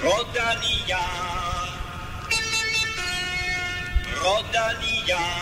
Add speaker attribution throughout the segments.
Speaker 1: Rodalia, Rodalia.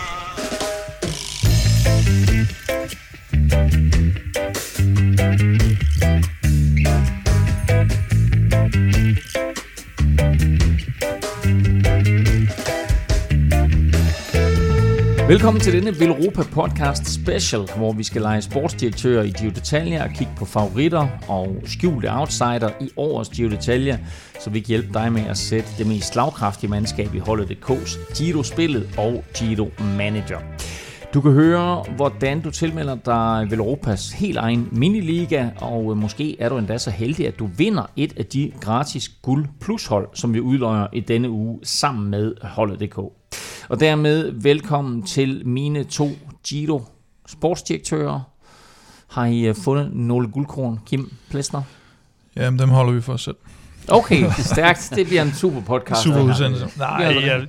Speaker 2: Velkommen til denne Velropa Podcast Special, hvor vi skal lege sportsdirektører i Giro d'Italia og kigge på favoritter og skjulte outsider i årets Giro d'Italia, så vi kan hjælpe dig med at sætte det mest slagkraftige mandskab i holdet.dk's Giro-spillet og Giro Manager. Du kan høre, hvordan du tilmelder dig Velropas helt egen miniliga, og måske er du endda så heldig, at du vinder et af de gratis guld plus hold, som vi udløjer i denne uge sammen med holdet.dk. Og dermed velkommen til mine to Giro sportsdirektører. Har I fundet nogle guldkorn, Kim Plesner?
Speaker 3: Jamen, dem holder vi for os selv.
Speaker 2: Okay, stærkt. Det bliver en super podcast.
Speaker 3: Super udsendelse. Nej,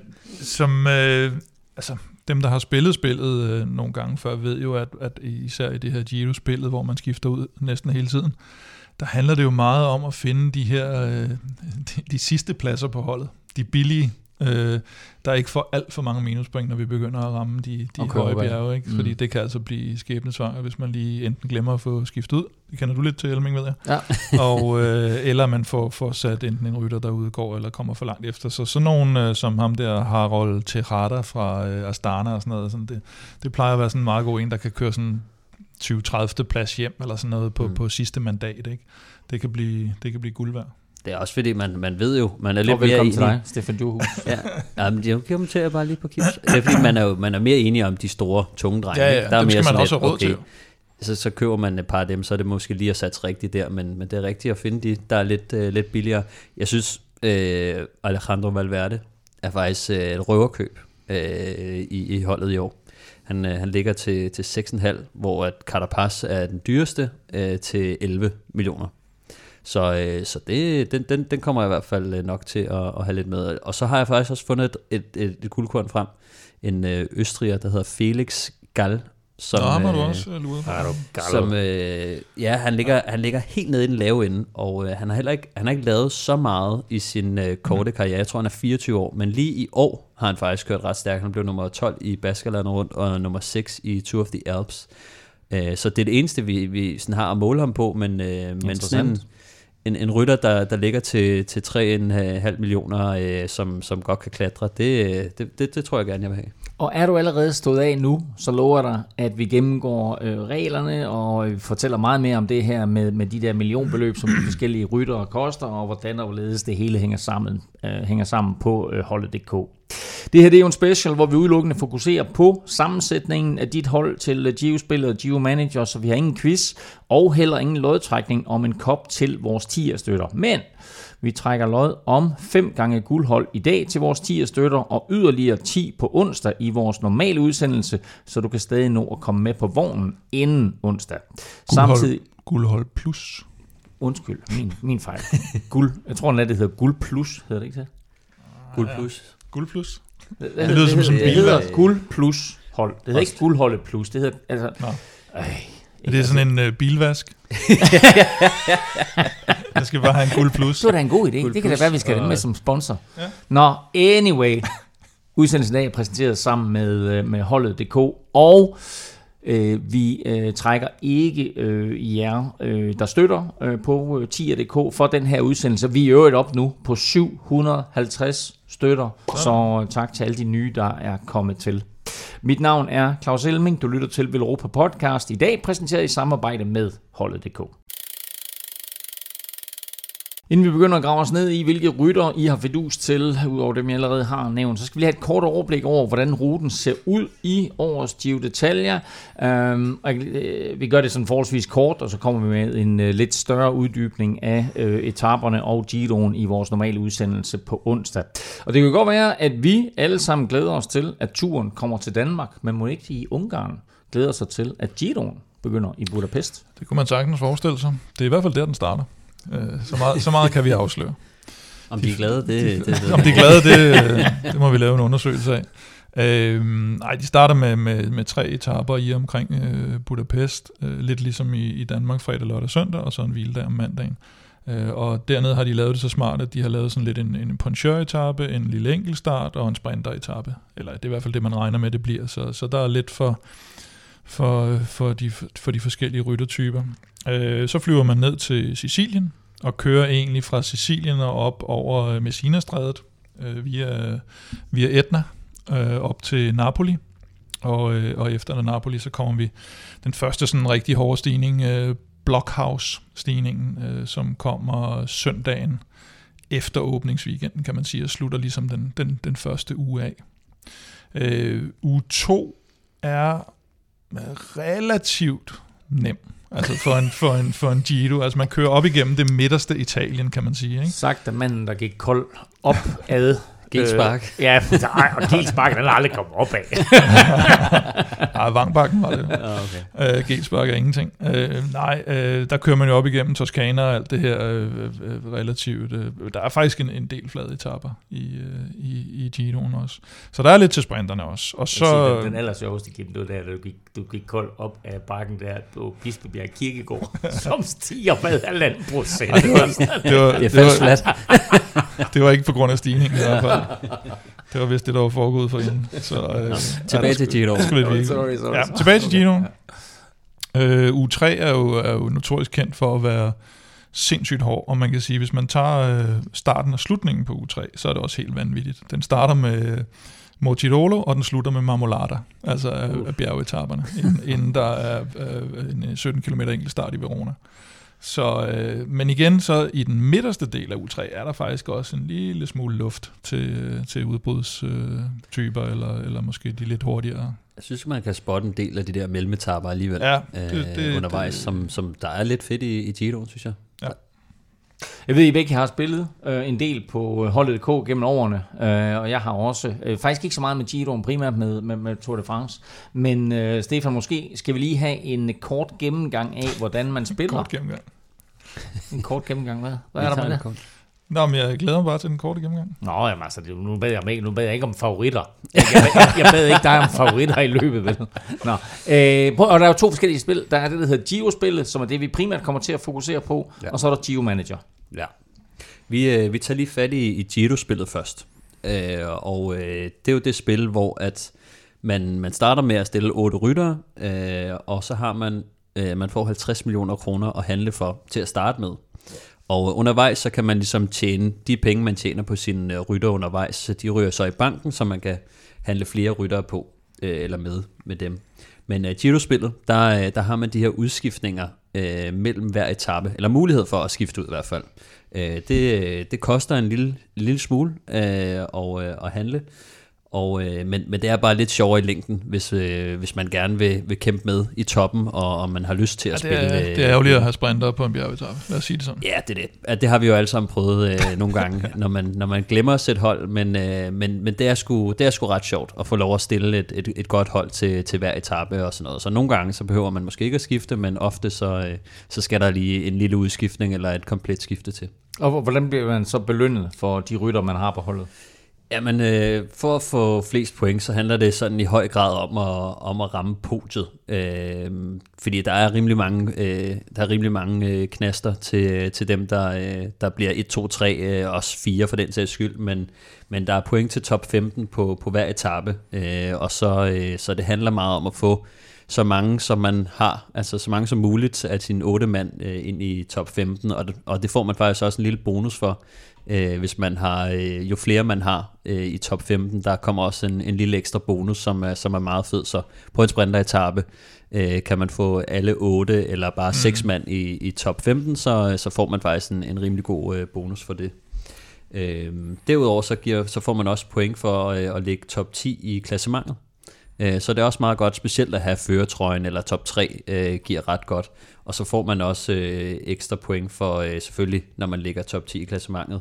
Speaker 3: dem, der har spillet spillet nogle gange før, ved jo, at især i det her Giro-spillet, hvor man skifter ud næsten hele tiden, der handler det jo meget om at finde de her de sidste pladser på holdet. De billige, der ikke får alt for mange minuspoint, når vi begynder at ramme de høje bjerge, ikke? Fordi det kan altså blive skæbnesvanger, hvis man lige enten glemmer at få skiftet ud. Det kender du lidt til, Elming, ved jeg. Ja. Og, eller man får sat enten en rytter, der udgår, eller kommer for langt efter. Så sådan nogen som ham der, Harold Tejada fra Astana og sådan noget, sådan det plejer at være sådan en meget god en, der kan køre sådan 20-30. plads hjem, eller sådan noget på sidste mandat, ikke? Det kan blive guld værd.
Speaker 4: Det er også fordi, man ved jo, man er lidt mere enig.
Speaker 2: Velkommen til dig, Stefan Duhus.
Speaker 4: Ja, men jeg kommenterer bare lige på Kims. Det er fordi, man er mere enig om de store, tunge drenge.
Speaker 3: Ja, der er
Speaker 4: dem
Speaker 3: mere
Speaker 4: skal man
Speaker 3: også have råd til.
Speaker 4: Så køber man et par af dem, så er det måske lige at satse rigtigt der, men det er rigtigt at finde de, der er lidt billigere. Jeg synes, Alejandro Valverde er faktisk et røverkøb i holdet i år. Han ligger til 6,5, hvor at Carapaz er den dyreste til 11 millioner. Så den kommer jeg i hvert fald nok til at have lidt med. Og så har jeg faktisk også fundet et guldkorn frem. En østriger, der hedder Felix Gall. Han ligger helt nede i den lave ende, og han har ikke lavet så meget i sin korte karriere. Jeg tror, han er 24 år, men lige i år har han faktisk kørt ret stærkt. Han blev nummer 12 i Baskerlandet rundt, og nummer 6 i Tour of the Alps. Så det er det eneste, vi sådan har at måle ham på, men sådan en rytter, der ligger til 3,5 millioner, som godt kan klatre, det tror jeg gerne, jeg vil have.
Speaker 2: Og er du allerede stået af nu, så lover jeg dig, at vi gennemgår reglerne og fortæller meget mere om det her med de der millionbeløb, som de forskellige ryttere koster, og hvordan og hvorledes det hele hænger sammen på holdet.dk. Det her det er jo en special, hvor vi udelukkende fokuserer på sammensætningen af dit hold til Giro-spillet og Giro Manager, så vi har ingen quiz og heller ingen lodtrækning om en kop til vores 10'er-støtter. Men vi trækker lod om 5 gange guldhold i dag til vores 10'er-støtter og yderligere 10 på onsdag i vores normale udsendelse, så du kan stadig nå at komme med på vognen inden onsdag.
Speaker 3: Guldhold plus.
Speaker 2: Undskyld, min fejl. Guld. Jeg tror, det hedder guld plus, hedder det ikke det?
Speaker 4: Guld plus.
Speaker 3: Guld plus. Det lyder som en bilværk.
Speaker 2: Det hedder guld plus hold. Det hedder ikke guldholdet plus. Det hedder altså.
Speaker 3: Det er sådan en bilvask. Jeg skal bare have en guld plus.
Speaker 2: Det var da en god idé. Det kan da være, vi skal have med som sponsor. Ja. Nå, anyway. Udsendelsen af er præsenteret sammen med holdet.dk, og vi trækker ikke jer, der støtter på 10'er.dk for den her udsendelse. Vi er øvrigt op nu på 750 støtter, så tak til alle de nye, der er kommet til. Mit navn er Claus Elming. Du lytter til Velropa Podcast. I dag præsenteret i samarbejde med holdet.dk. Inden vi begynder at grave os ned i, hvilke rytter I har fidus til, udover dem jeg allerede har nævnt, så skal vi lige have et kort overblik over, hvordan ruten ser ud i årets Giro d'Italia. Vi gør det sådan forholdsvis kort, og så kommer vi med en lidt større uddybning af etaperne og Giroen i vores normale udsendelse på onsdag. Og det kan godt være, at vi alle sammen glæder os til, at turen kommer til Danmark, men må ikke i Ungarn glæder sig til, at Giroen begynder i Budapest.
Speaker 3: Det kunne man sagtens forestille sig. Det er i hvert fald der, den starter. Så meget kan vi afsløre.
Speaker 4: Om de er glade,
Speaker 3: om de er glade, det må vi lave en undersøgelse af. De starter med 3 etaper i omkring Budapest, lidt ligesom i Danmark fredag, lørdag, søndag, og så en hviledag om mandagen. Og dernede har de lavet det så smart, at de har lavet sådan lidt en puncheur-etape, en lille enkeltstart og en sprinter-etape. Eller det er i hvert fald det, man regner med, det bliver. Så der er lidt for de forskellige ryttertyper. Så flyver man ned til Sicilien og kører egentlig fra Sicilien og op over Messinastrædet via Etna op til Napoli. Og efter Napoli, så kommer vi den første sådan rigtig hårde stigning, Blockhouse-stigningen, som kommer søndagen efter åbningsweekenden, kan man sige, og slutter ligesom den første uge af. Uge 2 er relativt nem, altså for en Giro. Altså man kører op igennem det midterste Italien, kan man sige. Ikke?
Speaker 2: Sagt af manden, der gik kold op ad.
Speaker 4: Gelspark.
Speaker 2: Ja, og Gelspark, den er aldrig kommet op af.
Speaker 3: Vangbakken var det.
Speaker 4: Okay.
Speaker 3: Gelspark er ingenting. Der kører man jo op igennem Toskana og alt det her relativt. Der er faktisk en del flade etapper i Giroen også. Så der er lidt til sprinterne også. Og så
Speaker 2: den allersjoveste, Kim, det var der, du gik kold op af bakken der på Bispebjerg Kirkegård, som stiger med 1,5%.
Speaker 4: Det er falsk flat.
Speaker 3: Det var ikke på grund af stigningen i hvert fald. Det var vist det, der var foregået for inden.
Speaker 4: Tilbage til Giro.
Speaker 3: Sorry. Tilbage til Giro. Uge 3 er jo notorisk kendt for at være sindssygt hård, og man kan sige, hvis man tager starten og slutningen på uge 3, så er det også helt vanvittigt. Den starter med Mortirolo, og den slutter med Marmolada, altså af bjergetaperne, inden der er en 17 km enkelt start i Verona. Så, men igen, så i den midterste del af uge 3 er der faktisk også en lille smule luft til udbrudstyper, eller måske de lidt hurtigere.
Speaker 4: Jeg synes, man kan spotte en del af de der mellemetapper alligevel undervejs, som der er lidt fedt i Giroen, synes jeg.
Speaker 3: Ja.
Speaker 2: Jeg ved, I begge har spillet en del på holdet.dk gennem årene, og jeg har også, faktisk ikke så meget med Giroen, primært med Tour de France, men Stefan, måske skal vi lige have en kort gennemgang af, hvordan man spiller. En kort gennemgang, hvad? Hvad er der med det?
Speaker 3: Nå, men jeg glæder mig bare til den korte gennemgang.
Speaker 2: Nå, jamen altså, nu bad jeg ikke om favoritter. Jeg bad ikke dig om favoritter i løbet, vel? Nå. Og der er jo 2 forskellige spil. Der er det, der hedder Giro-spillet, som er det, vi primært kommer til at fokusere på, og så er der Giro Manager.
Speaker 4: Ja. Vi tager lige fat i Giro-spillet først. Og det er jo det spil, hvor at man starter med at stille 8 ryttere, og så har man får 50 millioner kroner at handle for til at starte med. Og undervejs, så kan man ligesom tjene de penge, man tjener på sine rytter undervejs, så de ryger så i banken, så man kan handle flere ryttere på, eller med dem. Men Giro-spillet, der har man de her udskiftninger mellem hver etape, eller mulighed for at skifte ud i hvert fald. Det koster en lille smule at handle, men det er bare lidt sjovere i længden, hvis man gerne vil kæmpe med i toppen, og man har lyst til at spille.
Speaker 3: Det er ærgerligt at have sprinter på en bjergetape, lad os sige det sådan.
Speaker 4: Ja, det er det. Det har vi jo alle sammen prøvet nogle gange, når man glemmer at sætte hold, men det er sgu ret sjovt at få lov at stille et godt hold til hver etape og sådan noget. Så nogle gange så behøver man måske ikke at skifte, men ofte så skal der lige en lille udskiftning eller et komplet skifte til.
Speaker 2: Og hvordan bliver man så belønnet for de rytter, man har på holdet?
Speaker 4: Jamen, for at få flest point, så handler det sådan i høj grad om at ramme podiet. Fordi der er rimelig mange knaster til dem, der bliver 1, 2, 3, også 4 for den sags skyld. Men der er point til top 15 på hver etape. Og så det handler meget om at få så mange, som man har, altså så mange som muligt af sine 8 mand ind i top 15. Og det får man faktisk også en lille bonus for. Hvis man har, jo flere man har i top 15, der kommer også en lille ekstra bonus, som er meget fed. Så på en sprinteretape kan man få alle 8 eller bare 6 mand i top 15, så får man faktisk en rimelig god bonus for det. Derudover så får man også point for at ligge top 10 i klassementet. Så det er også meget godt, specielt at have førertrøjen eller top 3 giver ret godt. Og så får man også ekstra point for selvfølgelig, når man ligger top 10 i klassementet.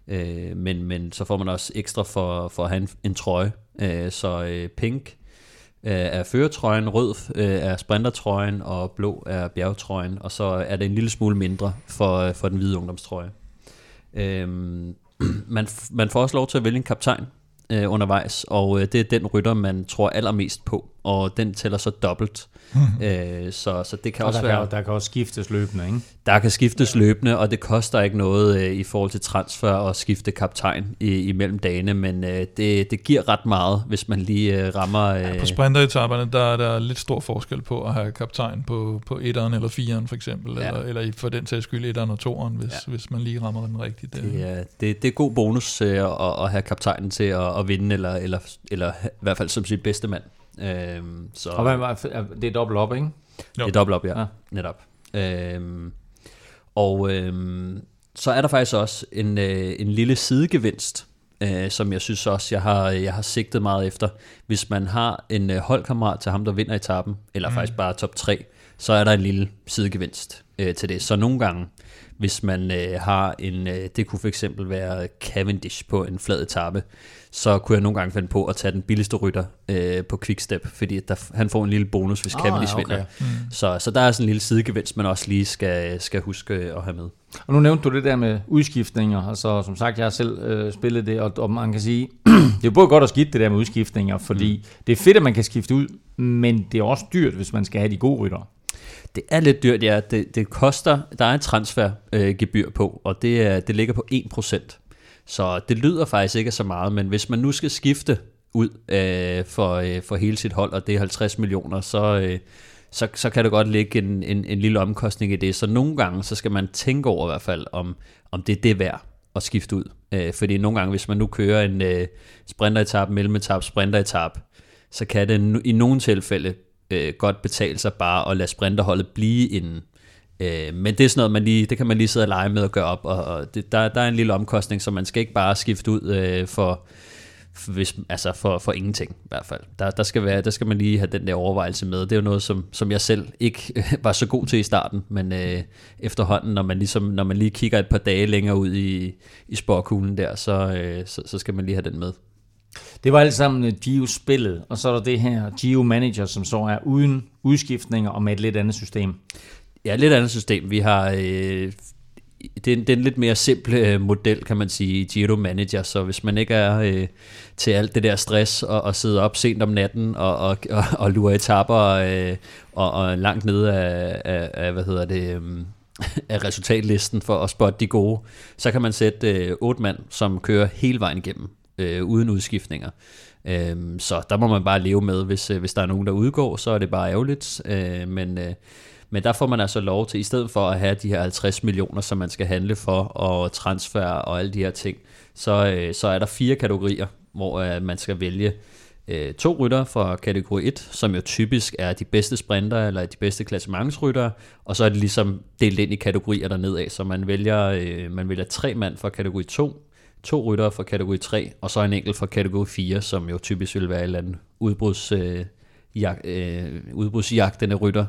Speaker 4: Men så får man også ekstra for at have en trøje. Så pink er førertrøjen, rød er sprintertrøjen, og blå er bjergetrøjen. Og så er det en lille smule mindre for den hvide ungdomstrøje. Man får også lov til at vælge en kaptajn undervejs, og det er den rytter, man tror allermest på, og den tæller så dobbelt. Så det kan også være...
Speaker 2: Der kan også skiftes løbende, ikke?
Speaker 4: Der kan skiftes løbende, og det koster ikke noget i forhold til transfer at skifte kaptajn imellem dagene, men det giver ret meget, hvis man lige rammer...
Speaker 3: På sprinteretaperne, der er der lidt stor forskel på at have kaptajn på 1'eren eller 4'eren for eksempel, eller for den sags skyld 1'eren og 2'eren, hvis man lige rammer den rigtigt.
Speaker 4: Det er god bonus at have kaptajnen til at vinde, eller i hvert fald som sit bedste mand. Så
Speaker 2: og det er dobbelt op, ikke?
Speaker 4: Jo. Det er dobbelt op, ja. Netop. Så er der faktisk også en lille sidegevinst, som jeg synes også, jeg har sigtet meget efter. Hvis man har en holdkammerat til ham, der vinder etappen, eller faktisk bare top 3, så er der en lille sidegevinst til det. Så nogle gange, hvis man har det kunne for eksempel være Cavendish på en flad etape, så kunne jeg nogle gange finde på at tage den billigste rytter på Quickstep, fordi han får en lille bonus, hvis Cavendish vinder. Så der er sådan en lille sidegevinst, man også lige skal huske at have med.
Speaker 2: Og nu nævnte du det der med udskiftninger, altså som sagt, jeg har selv spillet det, og man kan sige, det er jo både godt og skidt det der med udskiftninger, fordi det er fedt, at man kan skifte ud, men det er også dyrt, hvis man skal have de gode ryttere.
Speaker 4: Det er lidt dyrt, ja. Det koster, der er et transfergebyr på, og det ligger på 1%. Så det lyder faktisk ikke så meget, men hvis man nu skal skifte ud for hele sit hold, og det er 50 millioner, så kan det godt ligge en lille omkostning i det. Så nogle gange, så skal man tænke over i hvert fald, om det er det værd at skifte ud. Fordi nogle gange, hvis man nu kører en sprinteretape, mellemetape, sprinteretape, så kan det i nogle tilfælde godt betale sig bare at lade sprinterholdet blive inden. Men det er sådan noget, det kan man lige sidde og lege med og gøre op, og der er en lille omkostning, så man skal ikke bare skifte ud for ingenting i hvert fald. Der skal man lige have den der overvejelse med. Det er jo noget, som jeg selv ikke var så god til i starten, men efterhånden, når man lige kigger et par dage længere ud i sporkuglen der, så skal man lige have den med.
Speaker 2: Det var alt sammen Giro-spillet, og så er der det her Giro Manager, som så er uden udskiftninger og med et lidt andet system.
Speaker 4: Ja, et lidt andet system. Vi har det er en lidt mere simpel model, kan man sige, Giro Manager, så hvis man ikke er til alt det der stress og sidde op sent om natten og lure etaper og langt nede af af resultatlisten for at spotte de gode, så kan man sætte 8 mand, som kører hele vejen igennem uden udskiftninger. Så der må man bare leve med, hvis der er nogen, der udgår, så er det bare ærgerligt, men der får man altså lov til, i stedet for at have de her 50 millioner, som man skal handle for, og transfer og alle de her ting, så er der 4 kategorier, hvor man skal vælge 2 rytter fra kategori 1, som jo typisk er de bedste sprinter, eller de bedste klassementsryttere, og så er det ligesom delt ind i kategorier dernedad, så man vælger 3 mand fra kategori 2, 2 ryttere fra kategori 3, og så en enkelt fra kategori 4, som jo typisk vil være et eller andet udbrudsjagtende rytter.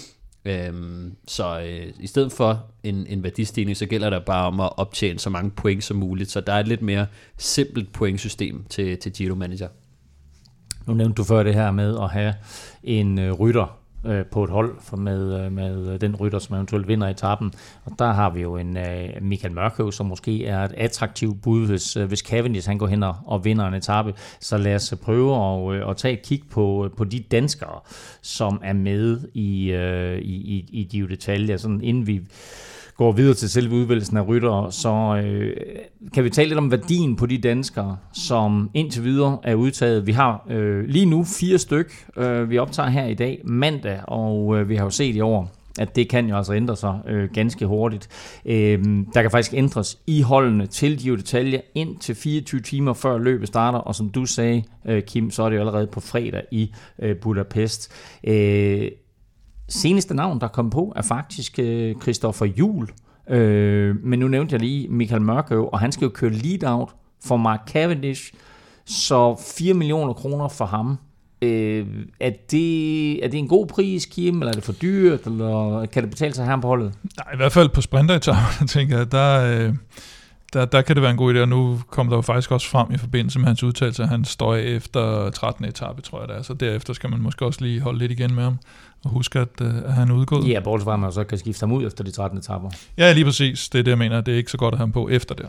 Speaker 4: Så i stedet for en værdistigning, så gælder det bare om at optjene så mange point som muligt, så der er et lidt mere simpelt pointsystem til Giro Manager.
Speaker 2: Nu nævnte du før det her med at have en rytter på et hold med den rytter, som eventuelt vinder etappen. Og der har vi jo en Michael Mørkøv, som måske er et attraktivt bud, hvis Cavendish han går hen og vinder en etape. Så lad os prøve at tage et kig på de danskere, som er med i Giro d'Italia, sådan inden vi går videre til selve udvælgelsen af ryttere, så kan vi tale lidt om værdien på de danskere, som indtil videre er udtaget. Vi har lige nu 4 styk, vi optager her i dag mandag, og vi har jo set i år, at det kan jo altså ændre sig ganske hurtigt. Der kan faktisk ændres i holdene til Giro d'Italia ind til 24 timer før løbet starter, og som du sagde, Kim, så er det jo allerede på fredag i Budapest. Seneste navn, der kom på, er faktisk Christopher Juhl. Men nu nævnte jeg lige Michael Mørkøv, og han skal jo køre lead-out for Mark Cavendish, så 4 millioner kroner for ham. Er det en god pris, Kim, eller er det for dyrt, eller kan det betale sig her på holdet?
Speaker 3: Nej, i hvert fald på sprinteretappen, tænker jeg, der kan det være en god idé, og nu kommer der jo faktisk også frem i forbindelse med hans udtalelse, at han står efter 13. etape, tror jeg det er, så derefter skal man måske også lige holde lidt igen med ham, og huske, at han er udgået.
Speaker 2: Ja, bortset fra, at man så kan skifte ham ud efter de 13 etaper.
Speaker 3: Ja, lige præcis, det er det, jeg mener, det er ikke så godt at have ham på efter det.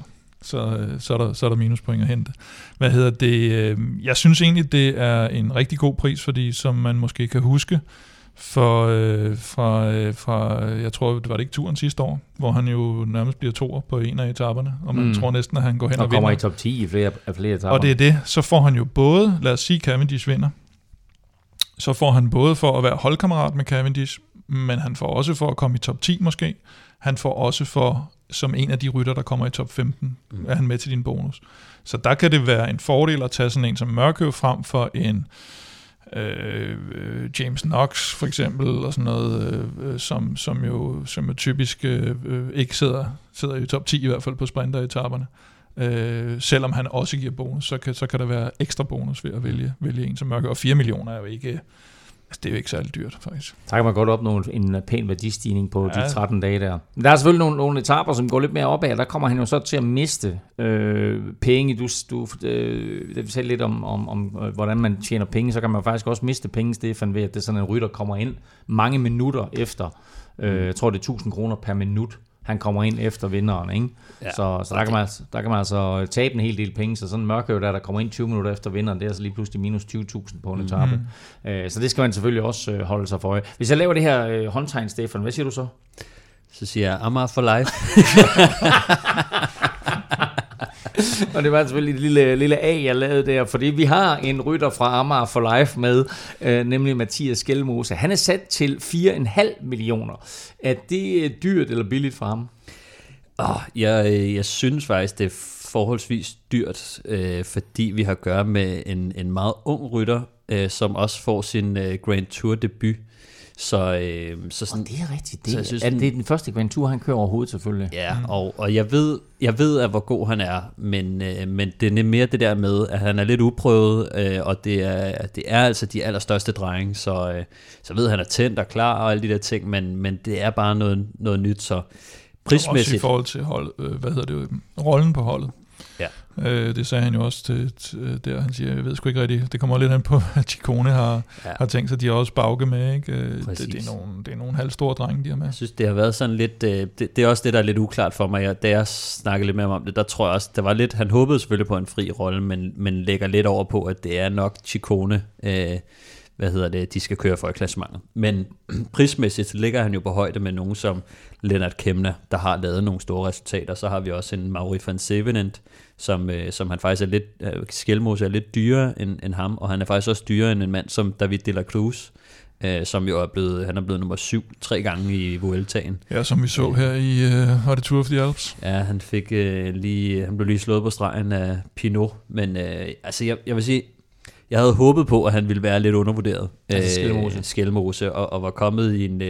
Speaker 3: så er der minuspoint at hente. Jeg synes egentlig, det er en rigtig god pris, fordi som man måske kan huske, fra jeg tror, det var det ikke turen sidste år, hvor han jo nærmest bliver toer på en af etaperne, og man tror næsten, at han går hen og vinder.
Speaker 2: Og kommer i top 10 i flere etaper.
Speaker 3: Og det er det, så får han jo både, lad os sige, Cavendish vinder, så får han både for at være holdkammerat med Cavendish, men han får også for at komme i top 10 måske, han får også for, som en af de rytter, der kommer i top 15, er han med til din bonus. Så der kan det være en fordel at tage sådan en som Mørkøv frem for en James Knox for eksempel, og sådan noget, som jo typisk ikke sidder i top 10 i hvert fald på sprinteretaperne. Selvom han også giver bonus, så kan der være ekstra bonus ved at vælge en som Mørkøv, og 4 millioner er jo ikke... Altså, det er jo ikke særlig dyrt, faktisk.
Speaker 2: Så kan man godt opnå en pæn værdistigning på de 13 dage der. Der er selvfølgelig nogle etaper, som går lidt mere opad, der kommer han jo så til at miste penge. Du fortalte lidt om hvordan man tjener penge, så kan man faktisk også miste penge, Stefan, ved at det er sådan en rytter kommer ind mange minutter efter. Jeg tror, det er 1.000 kroner per minut, han kommer ind efter vinderen, ikke? Ja, så der kan man altså tabe en hel del penge, så sådan en Mørkøv der kommer ind 20 minutter efter vinderen, det er altså lige pludselig minus 20.000 på en etape. Så det skal man selvfølgelig også holde sig for øje. Hvis jeg laver det her håndtegn, Stefan, hvad siger du så?
Speaker 4: Så siger jeg Amager for life.
Speaker 2: Og det var selvfølgelig et lille A, jeg lavede der, fordi vi har en rytter fra Amager for Life med, nemlig Mathias Skelmose. Han er sat til 4,5 millioner. Er det dyrt eller billigt for ham?
Speaker 4: Jeg synes faktisk, det er forholdsvis dyrt, fordi vi har at gøre med en meget ung rytter, som også får sin Grand Tour debut. Så sådan,
Speaker 2: det er rigtigt. Det er den første Grand Tour, han kører overhovedet selvfølgelig.
Speaker 4: Ja, og jeg ved, at hvor god han er, men det er mere det der med, at han er lidt uprøvet, og det er altså de allerstørste drenge, så ved han er tændt og klar og alle de der ting, men det er bare noget nyt, så prismæssigt.
Speaker 3: Også i forhold til rollen på holdet.
Speaker 4: Ja.
Speaker 3: Det sagde han jo også til der, han siger, jeg ved sgu ikke rigtigt, det kommer lidt an på, at Ciccone har tænkt sig, de har også Bauke med, ikke? Det er nogle halvstore drenge, de har med.
Speaker 4: Jeg synes, det har været sådan lidt, det er også det, der er lidt uklart for mig, da jeg snakkede lidt mere om det, der tror jeg også, der var lidt, han håbede selvfølgelig på en fri rolle, men lægger lidt over på, at det er nok Ciccone, de skal køre for i klassementet. Men prismæssigt ligger han jo på højde med nogen som Lennart Kemna, der har lavet nogle store resultater. Så har vi også en Mauri van Sevenent, som han faktisk er lidt, Skelmose er lidt dyrere end ham, og han er faktisk også dyrere end en mand som David de la Cruz, som jo er blevet nummer 7 3 gange i Vueltaen.
Speaker 3: Ja, som vi så her i var det Tour of the Alps.
Speaker 4: Ja, han fik han blev lige slået på stregen af Pinot, men jeg vil sige, jeg havde håbet på, at han ville være lidt undervurderet. Skelmose, og var kommet i en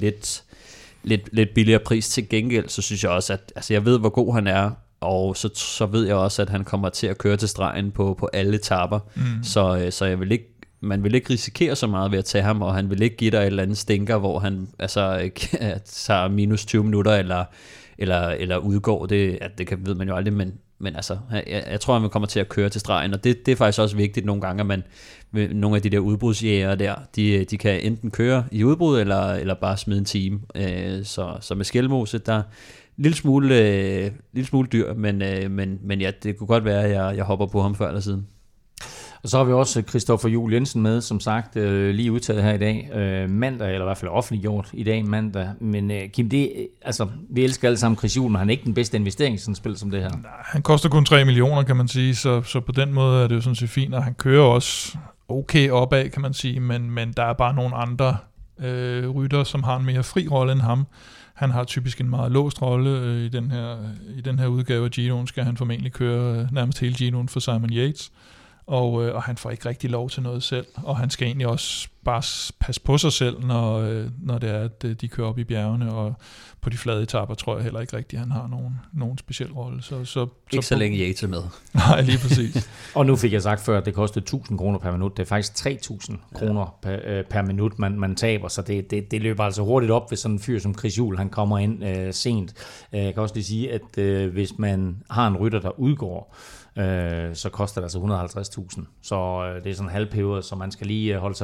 Speaker 4: lidt billigere pris. Til gengæld, så synes jeg også, at jeg ved, hvor god han er, og så ved jeg også, at han kommer til at køre til stregen på alle etaper. Så jeg vil ikke, man vil ikke risikere så meget ved at tage ham, og han vil ikke give dig et eller andet stinker, hvor han tager minus 20 minutter eller udgår. Det ved man jo aldrig, men altså, jeg tror, at man kommer til at køre til stregen, og det er faktisk også vigtigt nogle gange, at man, nogle af de der udbrudsjæger der, de kan enten køre i udbrud, eller bare smide en time. Så med Skelmose, der er lille smule dyr, men ja, det kunne godt være, at jeg hopper på ham før eller siden.
Speaker 2: Og så har vi også Christoffer Juhl Jensen med, som sagt, lige udtaget her i dag, mandag, eller i hvert fald offentliggjort i dag mandag. Men Kim, vi elsker alle sammen Chris Juhl, men han er ikke den bedste investering i sådan et spil som det her.
Speaker 3: Nej, han koster kun 3 millioner, kan man sige, så på den måde er det jo sådan set fint, og han kører også okay opad, kan man sige, men der er bare nogle andre rytter, som har en mere fri rolle end ham. Han har typisk en meget låst rolle i den her udgave af Giroen, skal han formentlig køre nærmest hele Giroen for Simon Yates. Og han får ikke rigtig lov til noget selv, og han skal egentlig også bare passe på sig selv, når det er, at de kører op i bjergene, og på de flade etaper tror jeg heller ikke rigtigt, at han har nogen speciel rolle.
Speaker 4: Så længe Yates er med.
Speaker 3: Nej, lige præcis.
Speaker 2: Og nu fik jeg sagt før, at det kostede 1.000 kroner per minut. Det er faktisk 3.000 kroner per minut, man taber, så det løber altså hurtigt op, hvis sådan en fyr som Chris Juhl, han kommer ind sent. Jeg kan også lige sige, at hvis man har en rytter, der udgår, så koster det altså 150.000. Så det er sådan en halvperiode, så man skal lige holde sig for øje også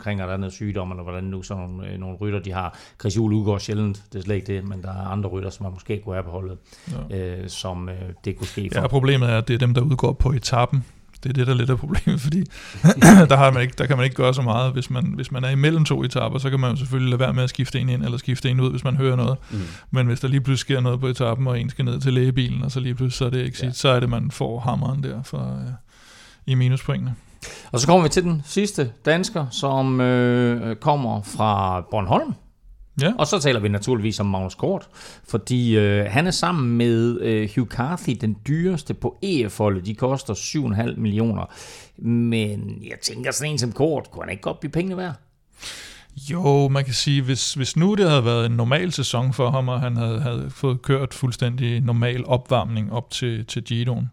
Speaker 2: omkring, at der er noget sygdom, eller hvordan nu sådan nogle rytter, de har. Chris Juhl udgår sjældent, det er slet ikke det, men der er andre rytter, som man måske kunne have på holdet, som det kunne ske for.
Speaker 3: Ja, problemet er, at det er dem, der udgår på etappen. Det er det, der lidt er problemet, fordi der kan man ikke gøre så meget. Hvis man er imellem 2 etaper, så kan man jo selvfølgelig lade være med at skifte en ind, eller skifte en ud, hvis man hører noget. Men hvis der lige pludselig sker noget på etappen, og en skal ned til lægebilen, og så lige pludselig så er det exit, så er det, man får hammeren der i minuspointene.
Speaker 2: Og så kommer vi til den sidste dansker, som kommer fra Bornholm.
Speaker 3: Ja.
Speaker 2: Og så taler vi naturligvis om Magnus Kort, fordi han er sammen med Hugh Carthy den dyreste på EF-holdet. De koster 7,5 millioner. Men jeg tænker, sådan en som Kort, kunne han ikke godt blive pengene værd?
Speaker 3: Jo, man kan sige, hvis nu det havde været en normal sæson for ham, og han havde fået kørt fuldstændig normal opvarmning op til Giroen,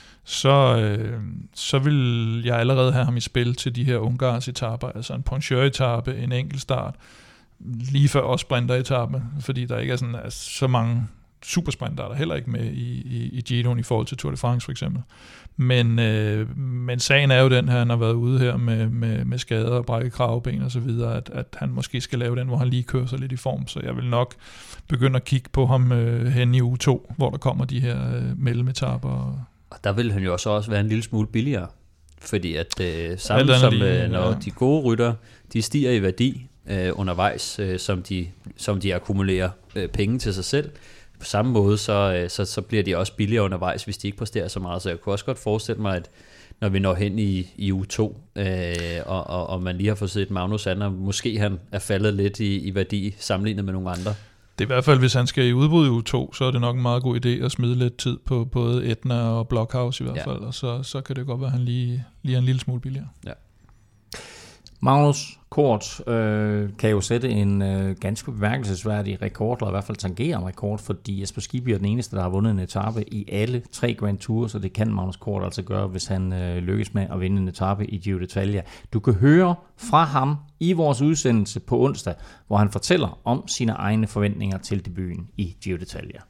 Speaker 3: så vil jeg allerede have ham i spil til de her Ungarns-etaper, altså en Pontcheur-etape, en enkeltstart, lige før også sprinter-etape, fordi der ikke er så mange supersprinter, der heller ikke med i Giroen i forhold til Tour de France for eksempel. Men sagen er jo den her, han har været ude her med skader og brækket kravben og så videre, at han måske skal lave den, hvor han lige kører sig lidt i form, så jeg vil nok begynde at kigge på ham hen i uge 2, hvor der kommer de her mellemetapper.
Speaker 4: Og der vil han jo også være en lille smule billigere, fordi at sammen som når de gode rytter, de stiger i værdi undervejs, som de akkumulerer penge til sig selv. På samme måde, så bliver de også billigere undervejs, hvis de ikke præsterer så meget. Så jeg kunne også godt forestille mig, at når vi når hen i uge 2, og man lige har fået set Magnus Sander, måske han er faldet lidt i værdi sammenlignet med nogle andre.
Speaker 3: Det er i hvert fald, hvis han skal i udbrud i uge 2, så er det nok en meget god idé at smide lidt tid på både Etna og Blockhouse i hvert fald, og så kan det godt være, at han lige er en lille smule billigere.
Speaker 4: Ja.
Speaker 2: Magnus Kort kan jo sætte en ganske bemærkelsesværdig rekord, eller i hvert fald tangere en rekord, fordi Jesper Skibby er den eneste, der har vundet en etape i alle 3 Grand Tours, så det kan Magnus Kort altså gøre, hvis han lykkes med at vinde en etape i Giro d'Italia. Du kan høre fra ham i vores udsendelse på onsdag, hvor han fortæller om sine egne forventninger til debuten i Giro d'Italia.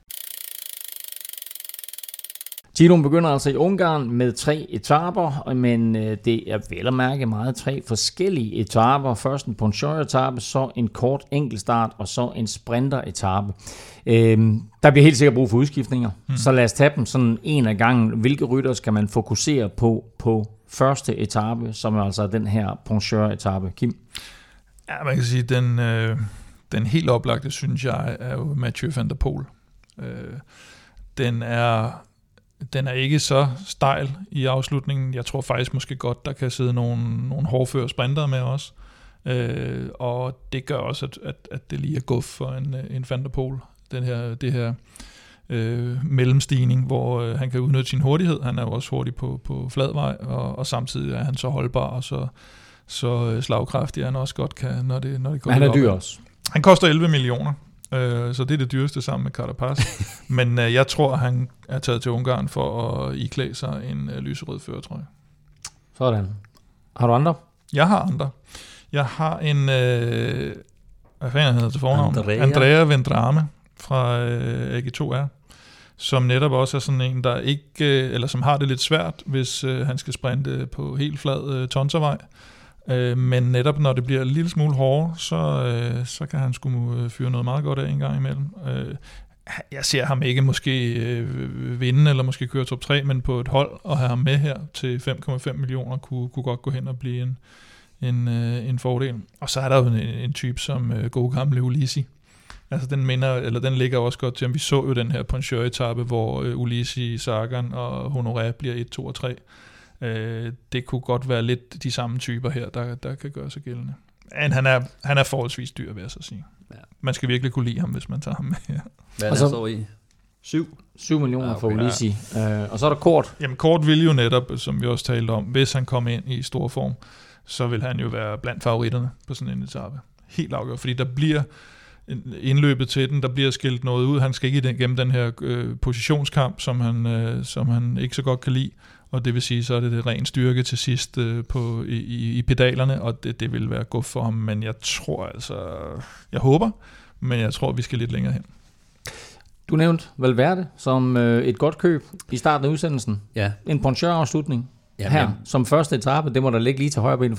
Speaker 2: Giroen begynder altså i Ungarn med 3 etaper, men det er vel at mærke meget 3 forskellige etaper. Først en Pontcheur-etape, så en kort enkeltstart, og så en sprinter-etape. Der bliver helt sikkert brug for udskiftninger, så lad os tage dem sådan en af gangen. Hvilke rytter skal man fokusere på første etape, som er altså den her Pontcheur-etape? Kim?
Speaker 3: Ja, man kan sige, den helt oplagte, synes jeg, er jo Mathieu van der Poel. Den er ikke så stejl i afslutningen. Jeg tror faktisk måske godt, der kan sidde nogle hårdføre sprintere med os. Og det gør også, at det lige er guf for en Van der Poel. Det her mellemstigning, hvor han kan udnytte sin hurtighed. Han er jo også hurtig på fladvej, og samtidig er han så holdbar, og så slagkraftig han også godt kan, når det går.
Speaker 2: Men han er dyr også.
Speaker 3: Han koster 11 millioner. Så det er det dyreste sammen med Carapaz. Men jeg tror, han er taget til Ungarn for at iklæde sig en lyserød førertrøje.
Speaker 2: Sådan. Har du andre?
Speaker 3: Jeg har andre. Jeg har en... hvad fanden hedder det til fornavn? Andrea Vendrame fra AG2R, som netop også er sådan en, der ikke... eller som har det lidt svært, hvis han skal sprinte på helt flad tonservej. Men netop når det bliver en lille smule hårdere, så kan han sgu fyre noget meget godt af en gang imellem. Jeg ser ham ikke måske vinde, eller måske køre top 3, men på et hold, og have ham med her til 5,5 millioner, kunne godt gå hen og blive en fordel. Og så er der jo en type som gode gamle Ulissi. Altså den ligger også godt til, om vi så jo den her Pontcheur-etape, hvor Ulissi, Sagan og Honoré bliver 1, 2 og 3. Det kunne godt være lidt de samme typer her, der kan gøre sig gældende. Men han er forholdsvis dyr, vil jeg så sige. Ja. Man skal virkelig kunne lide ham, hvis man tager ham med her.
Speaker 4: Hvad er der så i?
Speaker 2: 7 millioner for Ulissi. Og så er der Kort.
Speaker 3: Jamen Kort ville jo netop, som vi også talte om, hvis han kom ind i stor form, så vil han jo være blandt favoritterne på sådan en etape. Helt afgjort, fordi der bliver indløbet til den, der bliver skilt noget ud. Han skal ikke igennem den her positionskamp, som han ikke så godt kan lide. Og det vil sige, så er det ren styrke til sidst i pedalerne, og det vil være godt for ham. Men jeg tror altså, jeg håber, men jeg tror, vi skal lidt længere hen.
Speaker 2: Du nævnte Valverde som et godt køb i starten af udsendelsen.
Speaker 4: Ja.
Speaker 2: En Pontcheur-afslutning her som første etape, det må der ligge lige til højre ben for ham.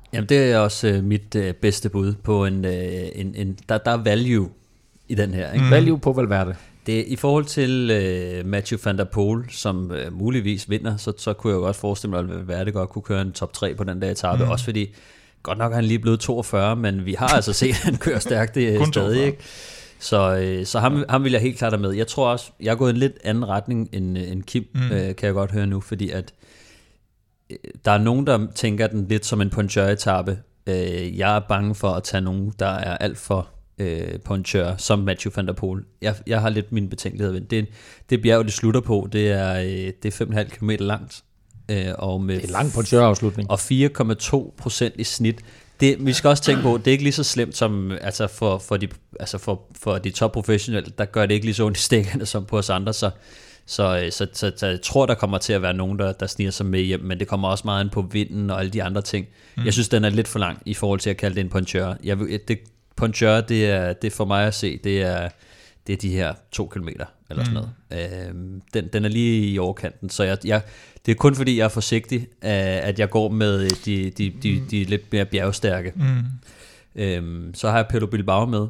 Speaker 4: Jamen, det er også mit bedste bud på der er value i den her. Ikke?
Speaker 2: Value på Valverde.
Speaker 4: Det, i forhold til Mathieu van der Poel, som muligvis vinder, så kunne jeg godt forestille mig, at Valverde godt kunne køre en top 3 på den der etape, også fordi, godt nok er han lige blevet 42, men vi har altså set, at han kører stærkt det stadig, ikke? Så ham vil jeg helt klart have med. Jeg tror også, jeg er gået en lidt anden retning end Kim, kan jeg godt høre nu, fordi at der er nogen, der tænker den lidt som en puncheur-etape. Jeg er bange for at tage nogen, der er alt for puncheur, som Mathieu van der Poel. Jeg har lidt mine betænkeligheder ved det bjerg, det slutter på, det er 5,5 km langt. Og med
Speaker 2: det er en lang puncheur-afslutning.
Speaker 4: Og 4,2% i snit. Vi skal også tænke på, det er ikke lige så slemt som for de topprofessionelle, der gør det ikke lige så ondt i stikkerne som på os andre, så jeg tror, der kommer til at være nogen, der sniger sig med hjem, men det kommer også meget ind på vinden og alle de andre ting. Jeg synes, den er lidt for lang i forhold til at kalde det en puncheur. Puncheur, det er for mig at se, det er de her 2 kilometer eller sådan noget. Den er lige i overkanten, så det er kun fordi, jeg er forsigtig, at jeg går med de lidt mere bjergstærke. Så har jeg Pello Bilbao med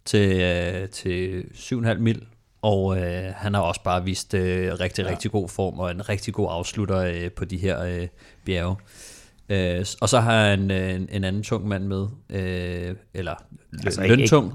Speaker 4: til 7,5 mil, og han har også bare vist rigtig god form og en rigtig god afslutter på de her bjerge. Og så har jeg en anden tung mand med, eller altså løntung,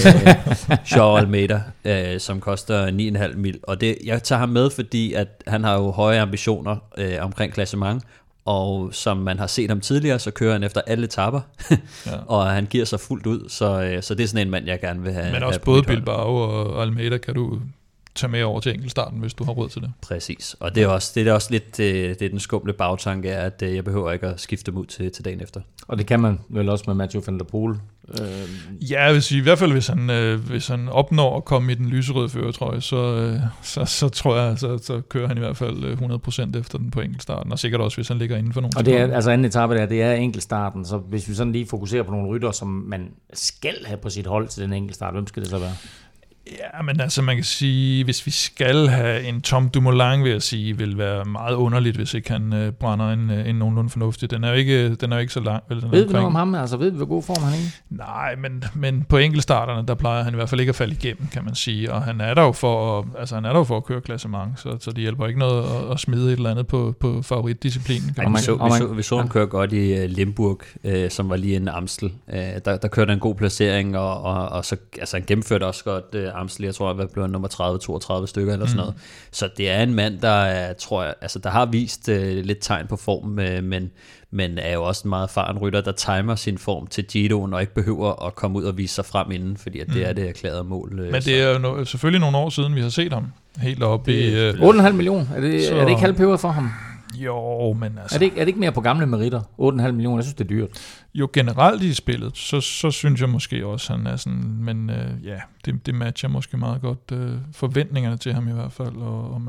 Speaker 4: Joao Almeida, som koster 9,5 mil. Og jeg tager ham med, fordi at han har jo høje ambitioner omkring klassement, og som man har set ham tidligere, så kører han efter alle etapper, og han giver sig fuldt ud, så det er sådan en mand, jeg gerne vil have.
Speaker 3: Men også både Bilbao og Almeida kan du tage med over til enkeltstarten, hvis du har råd til det.
Speaker 4: Præcis, og det er også lidt det den skumle bagtanke er, at jeg behøver ikke at skifte dem ud til dagen efter.
Speaker 2: Og det kan man vel også med Mathieu van der Poel?
Speaker 3: Ja, jeg vil sige, i hvert fald hvis han opnår at komme i den lyserøde førertrøje, så tror jeg, så kører han i hvert fald 100% efter den på enkeltstarten, og sikkert også, hvis han ligger inden for nogle.
Speaker 2: Og det er altså anden etape det er enkeltstarten, så hvis vi sådan lige fokuserer på nogle rytter, som man skal have på sit hold til den enkeltstart, hvem skal det så være?
Speaker 3: Ja, men altså man kan sige, hvis vi skal have en Tom Dumoulin, vil jeg sige, vil være meget underligt, hvis ikke han brænder en nogenlunde fornuftig. Den er jo ikke så lang.
Speaker 2: Ved vi noget om ham? Altså ved vi, hvor god form han er i?
Speaker 3: Nej, men på enkeltstarterne, der plejer han i hvert fald ikke at falde igennem, kan man sige. Og han er der jo for at køre klassement, så det hjælper ikke noget at smide et eller andet på favoritdisciplinen.
Speaker 4: Vi så ham køre godt i Limburg, som var lige en Amstel. Der kørte en god placering, og så han gennemførte også godt Amstel, jeg tror, at blev nummer 30-32 stykker eller sådan noget. Så det er en mand, der tror jeg, altså der har vist lidt tegn på form, men er jo også en meget erfaren rytter, der timer sin form til Giroen og ikke behøver at komme ud og vise sig frem inden, fordi at det er det erklærede mål.
Speaker 3: Men det er jo selvfølgelig nogle år siden, vi har set ham helt oppe i
Speaker 2: 8,5 millioner. Er det ikke halvpøver for ham?
Speaker 3: Jo, men altså.
Speaker 2: Er det ikke mere på gamle meritter? 8,5 millioner, jeg synes, det er dyrt.
Speaker 3: Jo, generelt i spillet, så synes jeg måske også, han er sådan, men det matcher måske meget godt forventningerne til ham i hvert fald, og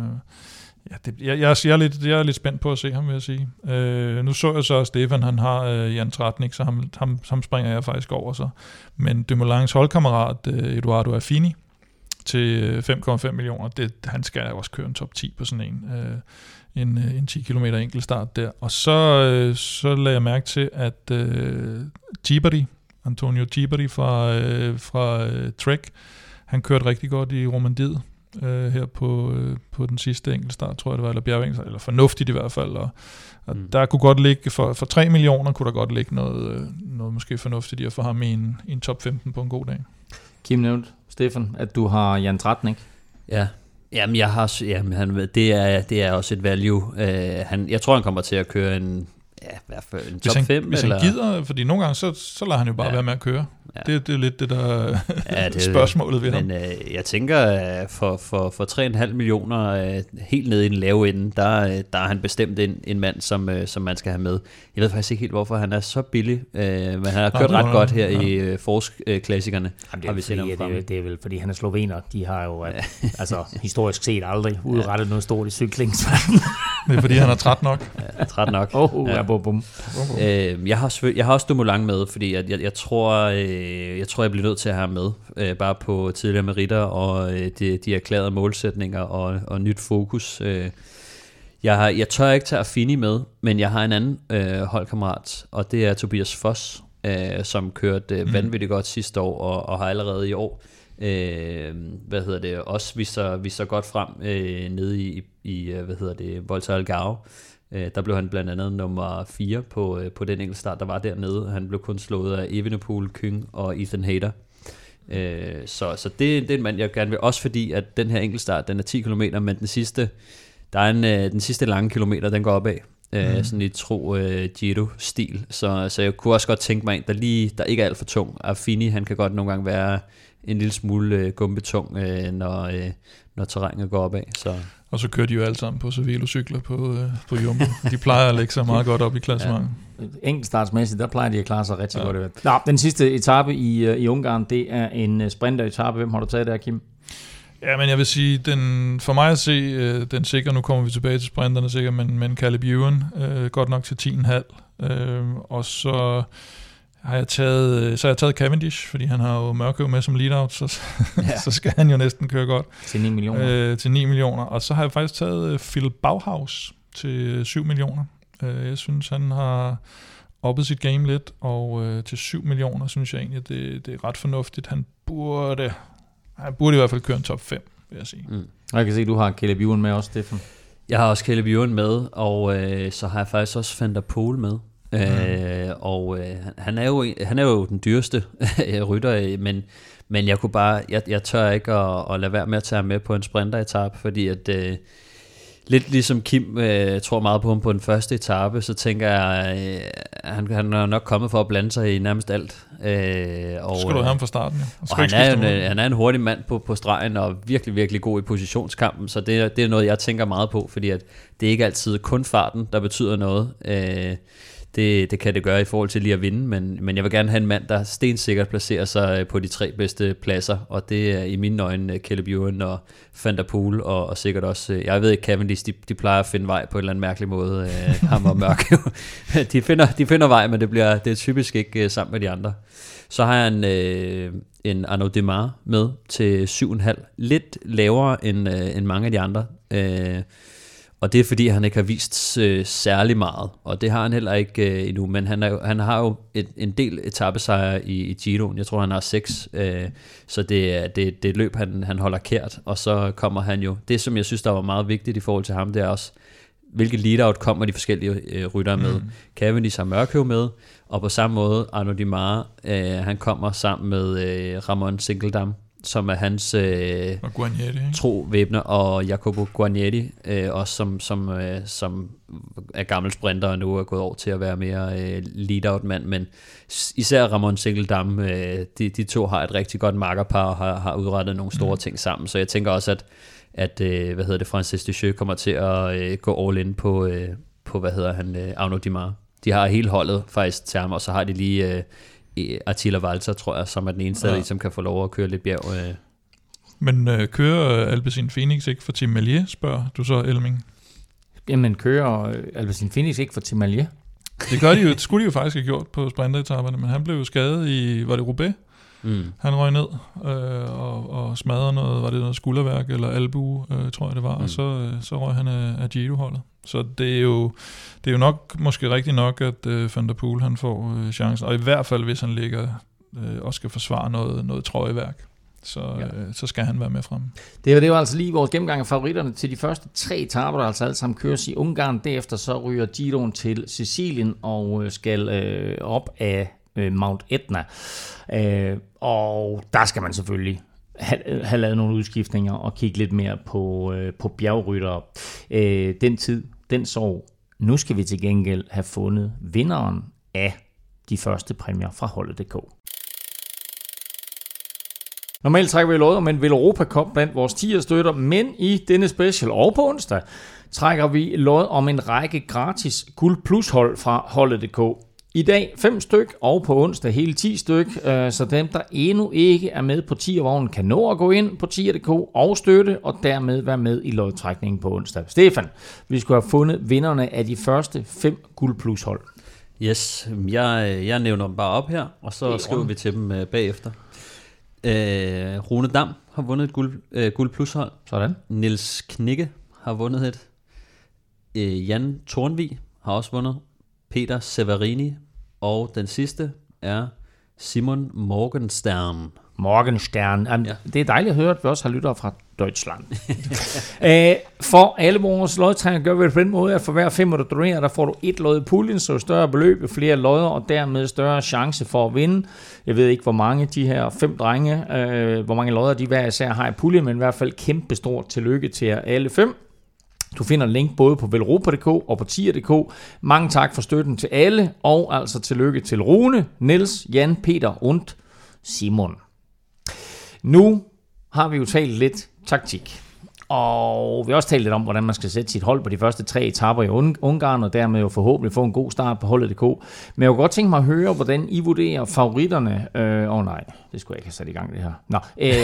Speaker 3: jeg er lidt spændt på at se ham, vil jeg sige. Nu så jeg så, at Stefan, han har Jan Tratnik, så ham springer jeg faktisk over så. Men Dumoulins holdkammerat, Eduardo Affini, til 5,5 millioner, han skal også køre en top 10 på sådan en 10 km enkeltstart der. Og så lagde jeg mærke til, at Antonio Giberi fra Trek, han kørte rigtig godt i Romandiet her på den sidste enkeltstart, tror jeg det var, eller bjergenkelstart, eller fornuftigt i hvert fald. Og der kunne godt ligge, for 3 millioner kunne der godt ligge noget måske fornuftigt i at få ham i en top 15 på en god dag.
Speaker 2: Kim nævnte, Stefan, at du har Jan Tratnik.
Speaker 4: Ja. Jamen, det er også et value. Jeg tror, han kommer til at køre i hvert fald en top 5.
Speaker 3: Hvis han gider, fordi nogle gange, så lader han jo bare være med at køre. Ja. Det er lidt det, der spørgsmålet ved ham.
Speaker 4: Men jeg tænker, for 3,5 millioner helt nede i den lave ende, der er han bestemt en mand, som man skal have med. Jeg ved faktisk ikke helt, hvorfor han er så billig, men han har kørt ret godt her i forårsklassikerne.
Speaker 2: Det er vel, fordi han er slovener. De har jo historisk set aldrig udrettet noget stort i cyklingsverdenen.
Speaker 3: Det er fordi, han er træt nok.
Speaker 4: Ja, træt nok. Jeg har også Dumoulin med, fordi jeg tror, jeg bliver nødt til at have med, bare på tidligere meritter og de erklærede målsætninger og nyt fokus. Jeg tør ikke tage Affini med, men jeg har en anden holdkammerat, og det er Tobias Foss, som kørte vanvittigt godt sidste år, og har allerede i år også vist sig godt frem nede i Volta Algarve. Der blev han blandt andet nummer 4 på den enkeltstart, der var dernede. Han blev kun slået af Evenepoel, Küng og Ethan Hayter. Så det er en mand, jeg gerne vil. Også fordi, at den her enkeltstart, den er 10 km, men den sidste lange kilometer, den går opad. Sådan i tro Giro-stil. Så jeg kunne også godt tænke mig en, der ikke er alt for tung. Affini, han kan godt nogle gange være en lille smule gumbetung, når terrænet går opad.
Speaker 3: Og så kører de jo alle sammen på Cervelo-cykler på Jumbo. De plejer at lægge sig meget godt op i klassementet.
Speaker 2: Ja. Enkeltstartsmæssigt, der plejer de at klare sig rigtig godt. Nå, den sidste etape i Ungarn, det er en sprinteretape. Hvem har du taget der, Kim?
Speaker 3: Ja, men jeg vil sige, for mig at se, den sikre, nu kommer vi tilbage til sprinterne sikkert, men Caleb Ewan, godt nok til 10,5. Og så har jeg taget Cavendish, fordi han har jo Mørkøv med som lead-out, så skal han jo næsten køre godt.
Speaker 2: Til 9 millioner.
Speaker 3: Til 9 millioner. Og så har jeg faktisk taget Phil Bauhaus til 7 millioner. Jeg synes, han har oppet sit game lidt, og til 7 millioner synes jeg egentlig, det er ret fornuftigt. Han burde i hvert fald køre en top 5, vil jeg sige.
Speaker 2: Jeg kan se, at du har Caleb Ewan med også, Stefan.
Speaker 4: Jeg har også Caleb Ewan med, og så har jeg faktisk også Van der Poel med. Han er jo den dyreste rytter, men jeg kunne bare, jeg tør ikke at lade være med at tage ham med på en sprinteretape, fordi at lidt ligesom Kim tror meget på ham på den første etape, så tænker jeg, han er nok kommet for at blande sig i nærmest alt.
Speaker 3: Så skal du have ham fra starten, ja.
Speaker 4: Og han er en hurtig mand på stregen, og virkelig, virkelig god i positionskampen, så det er noget, jeg tænker meget på, fordi at det er ikke altid kun farten, der betyder noget. Det kan det gøre i forhold til lige at vinde, men jeg vil gerne have en mand, der stensikkert placerer sig på de 3 bedste pladser, og det er i mine øjne Caleb Ewan og Van der Poel, og sikkert også, jeg ved ikke, Cavendish, de plejer at finde vej på en eller anden mærkelig måde, ham og Mørke. de finder vej, men det er typisk ikke sammen med de andre. Så har jeg en Arnaud Démare med til 7,5, lidt lavere end mange af de andre, og det er fordi, han ikke har vist særlig meget, og det har han heller ikke endnu, men han har jo en del etapesejre i Giroen. Jeg tror, han har 6, så det er et løb, han holder kært, og så kommer han jo, det som jeg synes, der var meget vigtigt i forhold til ham, det er også, hvilket lead-out kommer de forskellige ryttere med. Cavendish har Mørkøv med, og på samme måde, Arnaud Démare, han kommer sammen med Ramon Sinkeldam, som er hans tro væbner, og Jacopo Guarnieri, også som er gammel sprinter og nu er gået over til at være mere lead-out mand, men især Ramon Sinkeldam, de to har et rigtig godt makkerpar og har udrettet nogle store ting sammen, så jeg tænker også, at Francis Deschamps kommer til at gå all in på Arnaud Démare. De har hele holdet faktisk til ham, og så har de lige Attila Valter, tror jeg, som er den eneste, der som kan få lov at køre lidt bjerg.
Speaker 3: Men kører Alpecin Phoenix ikke for Tim Merlier, spørger du så, Elming?
Speaker 2: Jamen, kører Alpecin Phoenix ikke for Tim Merlier?
Speaker 3: Det gør de jo, det skulle de jo faktisk have gjort på sprinteretaperne, men han blev jo skadet i, var det Roubaix? Han røg ned og smadrede noget skulderværk eller albue, tror jeg det var, og så røg han af Giro-holdet. Så det er jo nok måske rigtigt nok, at Van der Poel han får chancen, og i hvert fald hvis han ligger og skal forsvare noget trøjeværk, så skal han være med frem.
Speaker 2: Det var altså lige vores gennemgang af favoritterne til de første 3 etaper, der altså alle sammen køres i Ungarn. Derefter så ryger Giroen til Sicilien og skal op af Mount Etna. Og der skal man selvfølgelig have lavet nogle udskiftninger og kigge lidt mere på bjergryttere. Den sorg. Nu skal vi til gengæld have fundet vinderen af de første præmier fra holdet.dk. Normalt trækker vi lod om en Veloropa Cup blandt vores 10 støtter, men i denne special og på onsdag trækker vi lod om en række gratis guld plus hold fra holdet.dk. I dag 5 styk, og på onsdag hele 10 styk, så dem, der endnu ikke er med på 10'er-vognen, kan nå at gå ind på 10'er.dk og støtte, og dermed være med i lodtrækningen på onsdag. Stefan, vi skulle have fundet vinderne af de første 5 guld plus hold.
Speaker 4: Yes, jeg nævner dem bare op her, og så skriver vi til dem bagefter. Rune Dam har vundet et guld plus hold.
Speaker 2: Sådan.
Speaker 4: Niels Knigge har vundet et. Jan Tornvig har også vundet. Peter Severini. Og den sidste er Simon Morgenstern.
Speaker 2: Morgenstern. Ja. Det er dejligt at høre, at vi også har lyttere fra Deutschland. For alle vores lodtrækker gør vi det på den måde, at for hver 5, du donerer, der får du et lod i puljen, så større beløb, flere lodder, og dermed større chance for at vinde. Jeg ved ikke, hvor mange de her 5 drenge, hvor mange lodder de hver især har i puljen, men i hvert fald kæmpe stort tillykke til jer alle 5. Du finder en link både på velropa.dk og på tier.dk. Mange tak for støtten til alle, og altså tillykke til Rune, Niels, Jan, Peter og Simon. Nu har vi jo talt lidt taktik, og vi har også talt lidt om, hvordan man skal sætte sit hold på de første 3 etaper i Ungarn, og dermed jo forhåbentlig få en god start på holdet.dk. Men jeg kunne godt tænke mig at høre, hvordan I vurderer favoritterne. Nej, det skulle jeg ikke have sat i gang det her. Nå.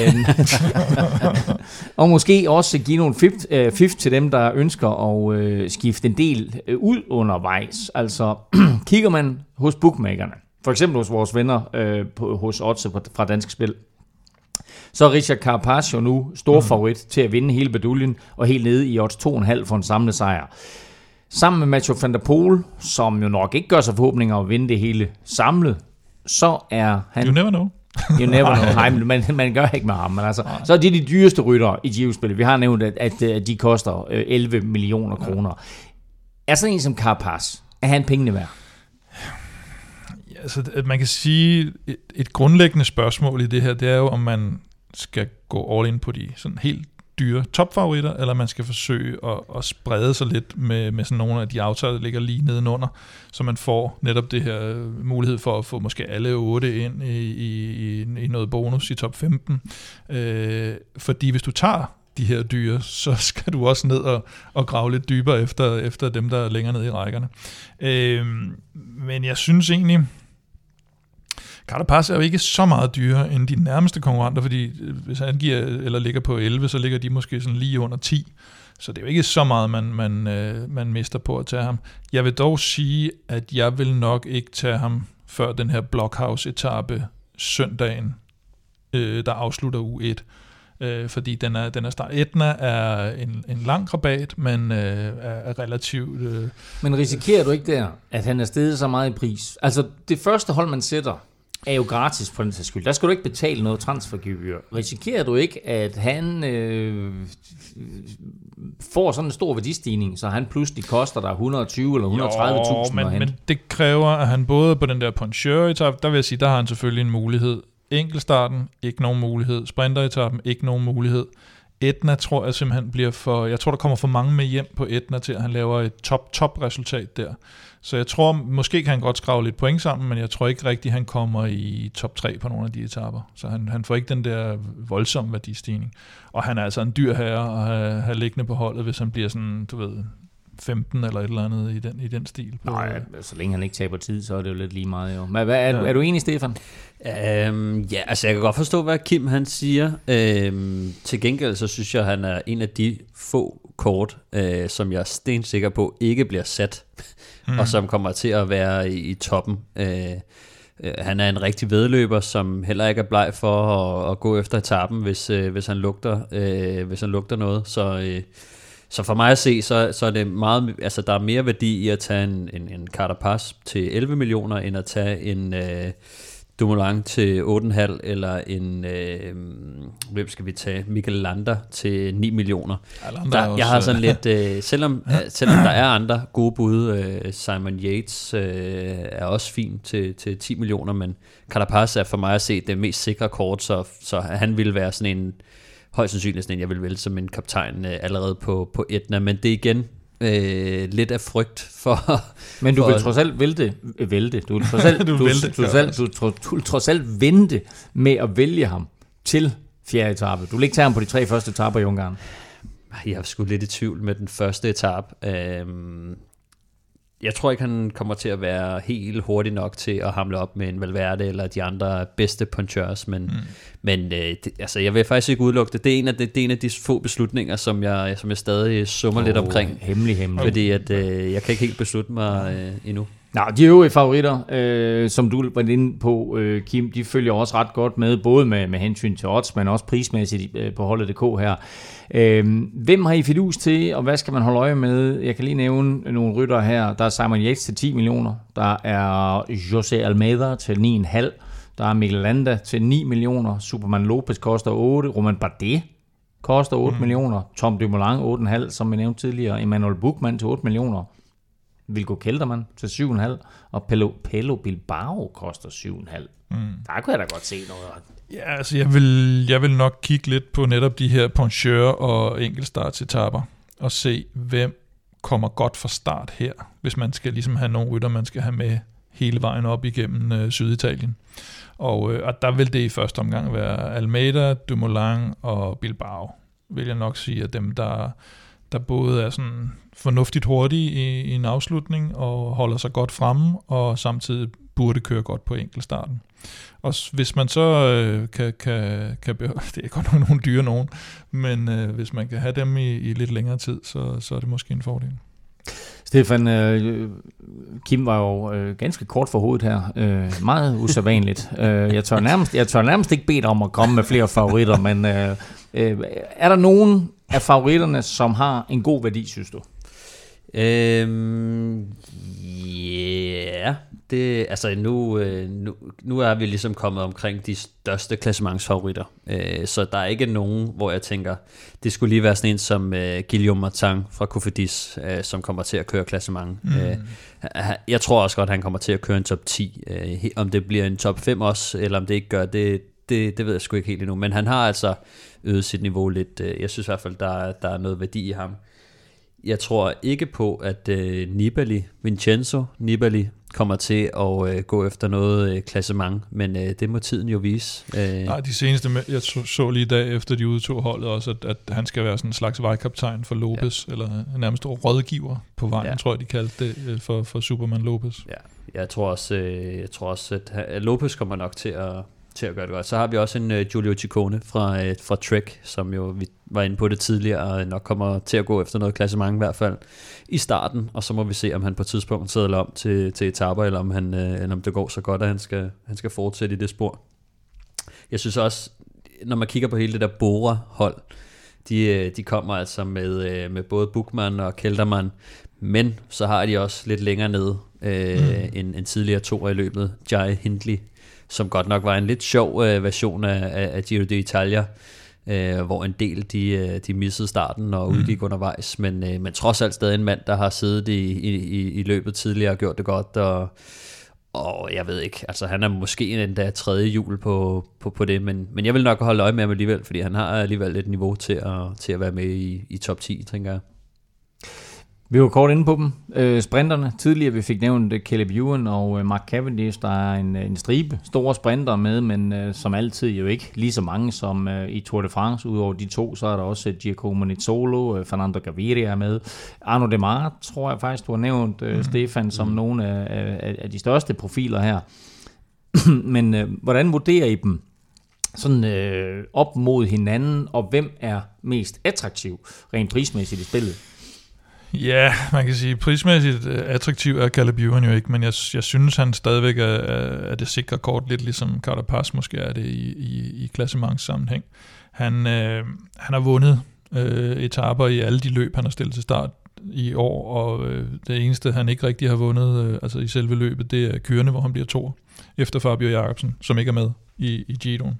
Speaker 2: Og måske også give nogle fif til dem, der ønsker at skifte en del ud undervejs. Altså, kigger man hos bookmakerne, for eksempel hos vores venner hos Odds fra Dansk Spil, så er Richard Carapaz jo nu stor favorit til at vinde hele baduljen, og helt nede i odds 2,5 for en samlet sejr. Sammen med Mathieu van der Poel, som jo nok ikke gør sig forhåbninger at vinde det hele samlet, så er han...
Speaker 3: You never know.
Speaker 2: You never know. Nej, man gør ikke med ham. Men altså, så er det de dyreste ryttere i Giro-spillet. Vi har nævnt, at de koster 11 millioner kroner. Er sådan en som Carapaz, er han pengene værd?
Speaker 3: Ja, altså, man kan sige, et grundlæggende spørgsmål i det her, det er jo, om man skal gå all in på de sådan helt dyre topfavoritter, eller man skal forsøge at sprede sig lidt med sådan nogle af de aftaler, der ligger lige nedenunder, så man får netop det her mulighed for at få måske alle 8 ind i noget bonus i top 15. Fordi hvis du tager de her dyre, så skal du også ned og grave lidt dybere efter dem, der er længere nede i rækkerne. Men jeg synes egentlig, Carapaz er jo ikke så meget dyrere end de nærmeste konkurrenter, fordi hvis han giver eller ligger på 11, så ligger de måske sådan lige under 10. Så det er jo ikke så meget, man mister på at tage ham. Jeg vil dog sige, at jeg vil nok ikke tage ham før den her Blockhouse-etape søndagen, der afslutter uge 1. Fordi den er start. Etna er en lang rabat, men er relativt...
Speaker 2: Men risikerer du ikke der, at han er steget så meget i pris? Altså, det første hold, man sætter, er jo gratis på den sags skyld. Der skal du ikke betale noget transfergebyr. Risikerer du ikke, at han får sådan en stor værdistigning, så han pludselig koster dig 120 eller 130.000?
Speaker 3: Men det kræver, at han både på den der Poncheur-etape, der vil jeg sige, der har han selvfølgelig en mulighed. Enkeltstarten, ikke nogen mulighed. Sprinteretappen, ikke nogen mulighed. Etna tror jeg simpelthen bliver for... Jeg tror, der kommer for mange med hjem på Etna til, at han laver et top resultat der. Så jeg tror, måske kan han godt skrave lidt point sammen, men jeg tror ikke rigtigt, han kommer i top 3 på nogle af de etapper. Så han får ikke den der voldsomme værdistigning. Og han er altså en dyr herre at have liggende på holdet, hvis han bliver sådan, du ved, 15 eller et eller andet i den stil.
Speaker 2: Nej, så længe han ikke taber tid, så er det jo lidt lige meget. Jo. Men er du enig, Stefan?
Speaker 4: Ja, altså jeg kan godt forstå, hvad Kim han siger. Til gengæld så synes jeg, at han er en af de få kort, som jeg er stensikker på ikke bliver sat, og som kommer til at være i toppen. Han er en rigtig vedløber, som heller ikke er bleg for at gå efter etappen, hvis han lugter noget. Så for mig at se, så er det meget, altså der er mere værdi i at tage en Carapaz til 11 millioner, end at tage en Dumoulin til 8,5, eller en, hvem skal vi tage, Mikel Landa til 9 millioner. Jeg har sådan lidt, selvom der er andre gode bud, Simon Yates er også fin til 10 millioner, men Carapaz er for mig at se det mest sikre kort, så han ville være sådan en, højst sandsynligt sådan en, jeg vil vælge som en kaptajn allerede på Etna, men det er igen lidt af frygt for...
Speaker 2: Men du vil trods alt vælte. Du vil trods alt vente med at vælge ham til 4. etape. Du vil ikke tage ham på de 3 første etaper i Ungarn.
Speaker 4: Jeg er sgu lidt i tvivl med den første etape. Jeg tror ikke, han kommer til at være helt hurtig nok til at hamle op med en Valverde eller de andre bedste punchers, men altså, jeg vil faktisk ikke udelukke det. Det er en af de få beslutninger, som jeg stadig summer lidt omkring.
Speaker 2: Hemmelig.
Speaker 4: Fordi at, jeg kan ikke helt beslutte mig endnu.
Speaker 2: Nej, de øvrige favoritter, som du var inde på, Kim, de følger også ret godt med, både med hensyn til odds, men også prismæssigt på holdet.dk her. Hvem har I fidus til, og hvad skal man holde øje med? Jeg kan lige nævne nogle rytter her. Der er Simon Yates til 10 millioner. Der er José Almeida til 9,5. Der er Mikkel Landa til 9 millioner. Superman Lopez koster 8. Romain Bardet koster 8 millioner. Tom Dumoulin 8,5, som vi nævnte tidligere. Emmanuel Buchmann til 8 millioner. Wilco Kelderman til 7,5. Og Pello Bilbao koster 7,5. Der kunne jeg da godt se noget.
Speaker 3: Ja, altså jeg vil nok kigge lidt på netop de her poncheur og enkeltstartsetaper og se, hvem kommer godt fra start her, hvis man skal ligesom have nogle rytter, man skal have med hele vejen op igennem Syditalien. Og der vil det i første omgang være Almeida, Dumoulin og Bilbao, vil jeg nok sige, at dem, der både er sådan fornuftigt hurtige i en afslutning og holder sig godt fremme, og samtidig burde køre godt på enkeltstarten. Og hvis man så kan det er godt nok nogle dyre nogen, men hvis man kan have dem i lidt længere tid, så er det måske en fordel.
Speaker 2: Stefan, Kim var jo ganske kort for hovedet her. Meget usædvanligt. Jeg tør nærmest ikke bede dig om at komme med flere favoritter, men er der nogen af favoritterne, som har en god værdi, synes du?
Speaker 4: Ja, det, altså nu er vi ligesom kommet omkring de største klassementsfavoritter, så der er ikke nogen, hvor jeg tænker, det skulle lige være sådan en som Guillaume Martin fra Cofidis, som kommer til at køre klassement. Jeg tror også godt, han kommer til at køre en top 10. Om det bliver en top 5 også, eller om det ikke gør, det ved jeg sgu ikke helt endnu, men han har altså øget sit niveau lidt. Jeg synes i hvert fald, der er noget værdi i ham. Jeg tror ikke på, at Vincenzo Nibali kommer til at gå efter noget klassement, men det må tiden jo vise.
Speaker 3: Nej, de seneste, jeg så lige i dag efter de udtog holdet også, at han skal være sådan en slags vejkaptajn for Lopez, eller nærmest rådgiver på vejen, tror jeg, de kaldte det for Superman Lopez.
Speaker 4: Ja, jeg tror også, at Lopez kommer nok til at gøre det godt. Så har vi også en Giulio Ciccone fra Trek, som jo vi var inde på det tidligere, og nok kommer til at gå efter noget klassement i hvert fald i starten, og så må vi se, om han på et tidspunkt sadler om til etaper, eller om det går så godt, at han skal fortsætte i det spor. Jeg synes også, når man kigger på hele det der Bora-hold, de kommer altså med både Buchmann og Kelderman, men så har de også lidt længere nede en tidligere toer i løbet, Jai Hindley, som godt nok var en lidt sjov version af Giro d'Italia, hvor en del de missede starten og udgik undervejs, men trods alt stadig en mand, der har siddet i løbet tidligere og gjort det godt, og jeg ved ikke, altså han er måske endda tredje hjul på det, men jeg vil nok holde øje med ham alligevel, fordi han har alligevel et niveau til at være med i top 10, tænker jeg.
Speaker 2: Vi var kort inde på dem. Sprinterne. Tidligere vi fik nævnt Caleb Ewan og Mark Cavendish. Der er en stribe store sprinter med, men som altid jo ikke lige så mange som i Tour de France. Udover de to, så er der også Giacomo Nizzolo, Fernando Gaviria er med. Arnaud Démare, tror jeg faktisk, du har nævnt, Stefan, som nogle af de største profiler her. Men hvordan vurderer I dem sådan op mod hinanden, og hvem er mest attraktiv rent prismæssigt i spillet?
Speaker 3: Ja, man kan sige, prismæssigt attraktiv er Caleb Ewan jo ikke, men jeg synes, han stadigvæk er det sikre kort, lidt ligesom Carapaz måske er det i klassementssammenhæng. Han har vundet etaper i alle de løb, han har stillet til start i år, og det eneste, han ikke rigtig har vundet altså i selve løbet, det er Kørne, hvor han bliver toer, efter Fabio Jacobsen, som ikke er med i Giroen.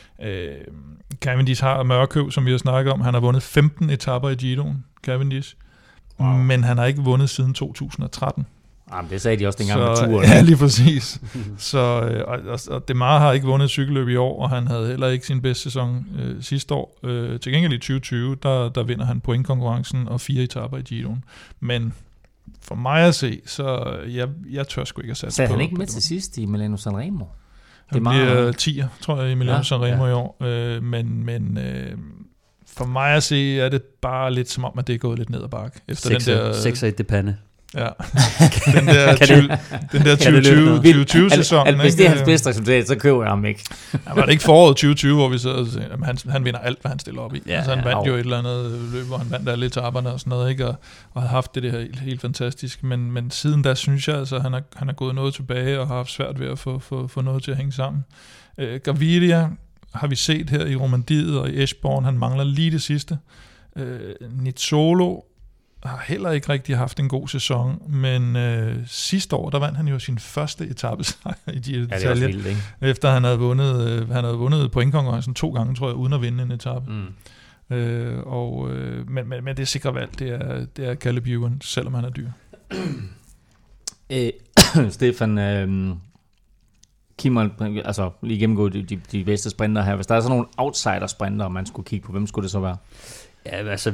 Speaker 3: Cavendish har Mørkøv, som vi har snakket om. Han har vundet 15 etaper i Giroen, Cavendish. Wow. Men han har ikke vundet siden 2013.
Speaker 2: Jamen, det sagde de også dengang med turen.
Speaker 3: Ja, lige præcis. Så, og Démare har ikke vundet cykelløb i år, og han havde heller ikke sin bedste sæson sidste år. Til gengæld i 2020, der vinder han pointkonkurrencen og 4 etaper i Giroen. Men for mig at se, så jeg tør sgu ikke at satse på.
Speaker 2: Så han ikke med til sidst i Milano Sanremo?
Speaker 3: Han bliver 10'er, tror jeg, i Milano Sanremo i år. Men for mig at se, er det bare lidt som om, at det er gået lidt ned ad bakke. Efter
Speaker 4: 6 i Depane.
Speaker 3: Ja, den der 2020-sæson.
Speaker 2: Hvis det er hans bedste resultat, så køber jeg ham ikke.
Speaker 3: Ja, var det ikke foråret 2020, hvor vi sidder og siger, han vinder alt, hvad han stiller op i.
Speaker 4: Ja,
Speaker 3: altså, han vandt jo et eller andet løb, hvor han vandt alle etaperne og sådan noget, ikke? Og har haft det her helt fantastisk. Men siden da synes jeg, altså, han er gået noget tilbage og har haft svært ved at få noget til at hænge sammen. Gaviria har vi set her i Romandiet og i Eschborn. Han mangler lige det sidste. Nizzolo har heller ikke rigtig haft en god sæson, men sidste år, der vandt han jo sin første etapesejr i Giro d'Italia, efter han havde vundet pointkonkurrencen 2 gange, tror jeg, uden at vinde en etape. Men det sikre valg, det er Caleb Ewan, selvom han er dyr.
Speaker 2: Stefan, Kim, altså lige gennemgå de bedste sprinter her. Hvis der er sådan nogle outsider-sprinter, man skulle kigge på, hvem skulle det så være?
Speaker 4: Ja, altså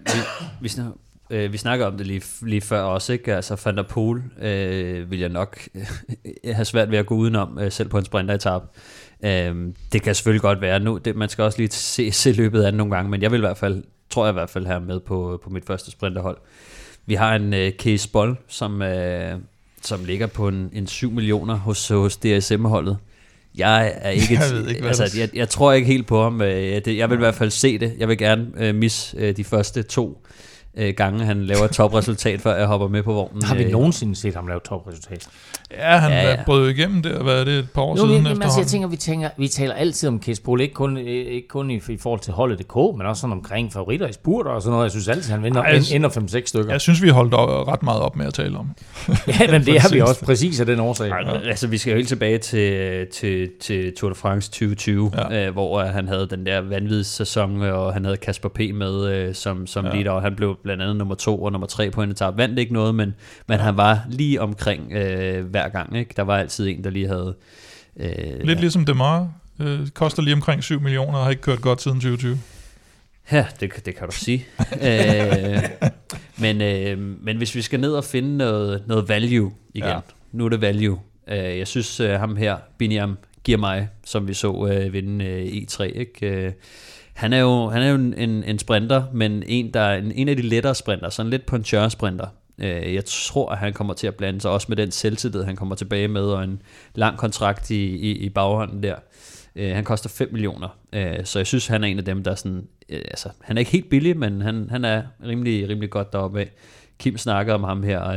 Speaker 4: vi snakker om det lige før også, ikke? Altså Van der Poel vil jeg nok have svært ved at gå udenom, selv på en sprinteretape. Det kan selvfølgelig godt være nu. Man skal også lige se løbet af nogle gange, men jeg vil tror jeg i hvert fald have med på mit første sprinterhold. Vi har en Cees Bol, som ligger på en 7 millioner hos DSM-holdet. Jeg er ikke jeg tror ikke helt på ham. Jeg vil i hvert fald se det. Jeg vil gerne misse de første 2 gange, han laver et topresultat, før jeg hopper med på vognen.
Speaker 2: Har vi nogensinde set ham lave topresultat?
Speaker 3: Ja, han brød igennem det, hvad er det, et par år siden
Speaker 2: efterhånden. Vi taler altid om Cees Bol, ikke kun i forhold til holdet.dk, men også sådan omkring favoritter i spurter og sådan noget. Jeg synes altid, han vinder ender 5-6 stykker.
Speaker 3: Jeg synes, vi holdt ret meget op med at tale om.
Speaker 2: Ja, men det har vi også præcis af den årsag.
Speaker 4: Altså, vi skal jo helt tilbage til Tour de France 2020, hvor han havde den der vanvittige sæson, og han havde Kasper P. med som leader, og han blev blandt andet nummer 2 og nummer 3 på en etape. Vandt ikke noget, men han var lige omkring hver gang, ikke? Der var altid en, der lige havde...
Speaker 3: Lidt ligesom Demare. Koster lige omkring 7 millioner og har ikke kørt godt siden 2020.
Speaker 4: Ja, det kan du sige. Men hvis vi skal ned og finde noget value igen, nu er det value. Jeg synes ham her, Biniam Girmay, som vi så vinde E3, ikke? Han er jo en sprinter, men en af de lettere sprinter, sådan lidt puncheur-sprinter. Jeg tror, at han kommer til at blande sig også med den selvtillid, han kommer tilbage med, og en lang kontrakt i baghånden der. Han koster 5 millioner, så jeg synes, han er en af dem, der sådan... altså, han er ikke helt billig, men han er rimelig godt deroppe af. Kim snakker om ham her,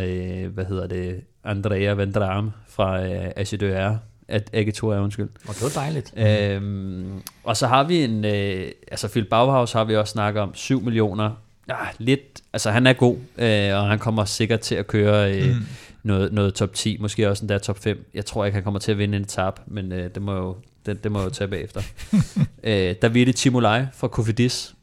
Speaker 4: Andrea Vendrame fra AG2R. undskyld.
Speaker 2: Og det var dejligt.
Speaker 4: Og så har vi Phil Bauhaus har vi også snakket om 7 millioner. Lidt, altså han er god, og han kommer sikkert til at køre noget top 10, måske også en der top 5. Jeg tror ikke, han kommer til at vinde en etape, men det må jo tage bagefter. Davide Timolai fra Cofidis,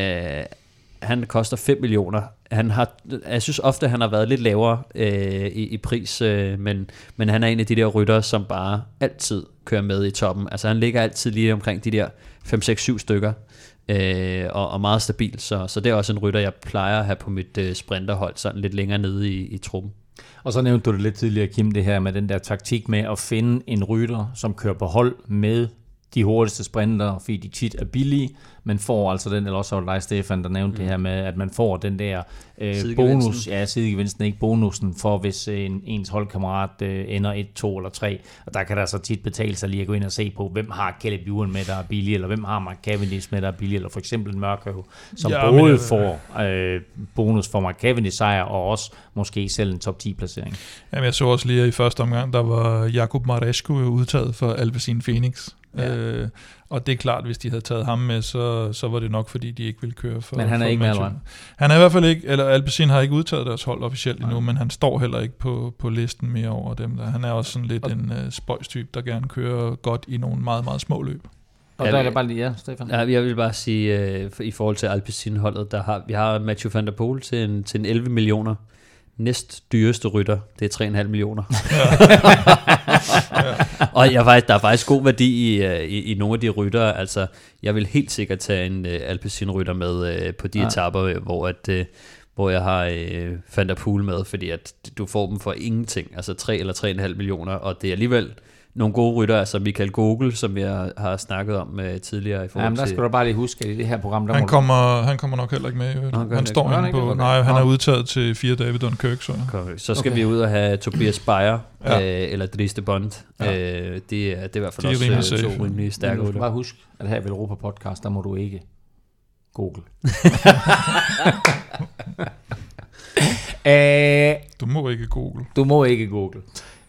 Speaker 4: han koster 5 millioner. Jeg synes ofte, han har været lidt lavere i pris, men han er en af de der ryttere, som bare altid kører med i toppen. Altså han ligger altid lige omkring de der 5-6-7 stykker, og meget stabil. Så det er også en rytter, jeg plejer at have på mit sprinterhold, sådan lidt længere nede i truppen.
Speaker 2: Og så nævnte du det lidt tidligere, Kim, det her med den der taktik med at finde en rytter, som kører på hold med de hurtigste sprinter, fordi de tit er billige, men får altså den, eller også var det dig, Stefan, der nævnte det her med, at man får den der bonus, sidegevinsten, ikke bonusen, for hvis ens holdkammerat ender 1, 2 eller 3, og der kan der så tit betale sig lige at gå ind og se på, hvem har Caleb Ewan med, der er billig, eller hvem har Mark Cavendish med, der er billig, eller for eksempel Mørkøv, som både får bonus for Mark Cavendish sejr, og også måske selv en top 10 placering. Jamen,
Speaker 3: jeg så også lige i første omgang, der var Jakub Marescu udtaget for Alpecin Phoenix. Ja. Og det er klart, hvis de havde taget ham med, så var det nok, fordi de ikke ville køre for...
Speaker 2: Men han er ikke med, eller?
Speaker 3: Han er i hvert fald ikke, eller Alpecin har ikke udtaget deres hold officielt endnu, men han står heller ikke på listen mere over dem der. Han er også sådan lidt en spøjstype, der gerne kører godt i nogle meget, meget små løb.
Speaker 2: Og der er det bare lige, Stefan.
Speaker 4: Ja, jeg vil bare sige, i forhold til Alpecin-holdet, vi har Mathieu van der Poel til en 11 millioner. Næst dyreste rytter, det er 3,5 millioner. Og der er faktisk god værdi i nogle af de ryttere. Altså, jeg vil helt sikkert tage en Alpecin-rytter med på de etaper, hvor jeg har Van der Poel med, fordi at du får dem for ingenting. Altså 3 eller 3,5 millioner, og det er alligevel nogle gode rytter, altså Michael Gogel, som jeg har snakket om tidligere i forhold til...
Speaker 2: der skal du bare lige huske, at i det her program...
Speaker 3: Han kommer nok heller ikke med. Han står inde på... Nej, han er udtaget til 4 David Dunkirk, så...
Speaker 4: Så skal vi ud og have Tobias Beyer, eller Dries de Bond. Det er i hvert fald også to rimelig stærke rytter.
Speaker 2: Bare husk, at her ved Europa Podcast, der må du ikke Google.
Speaker 3: Du må ikke Google.
Speaker 2: Du må ikke Google.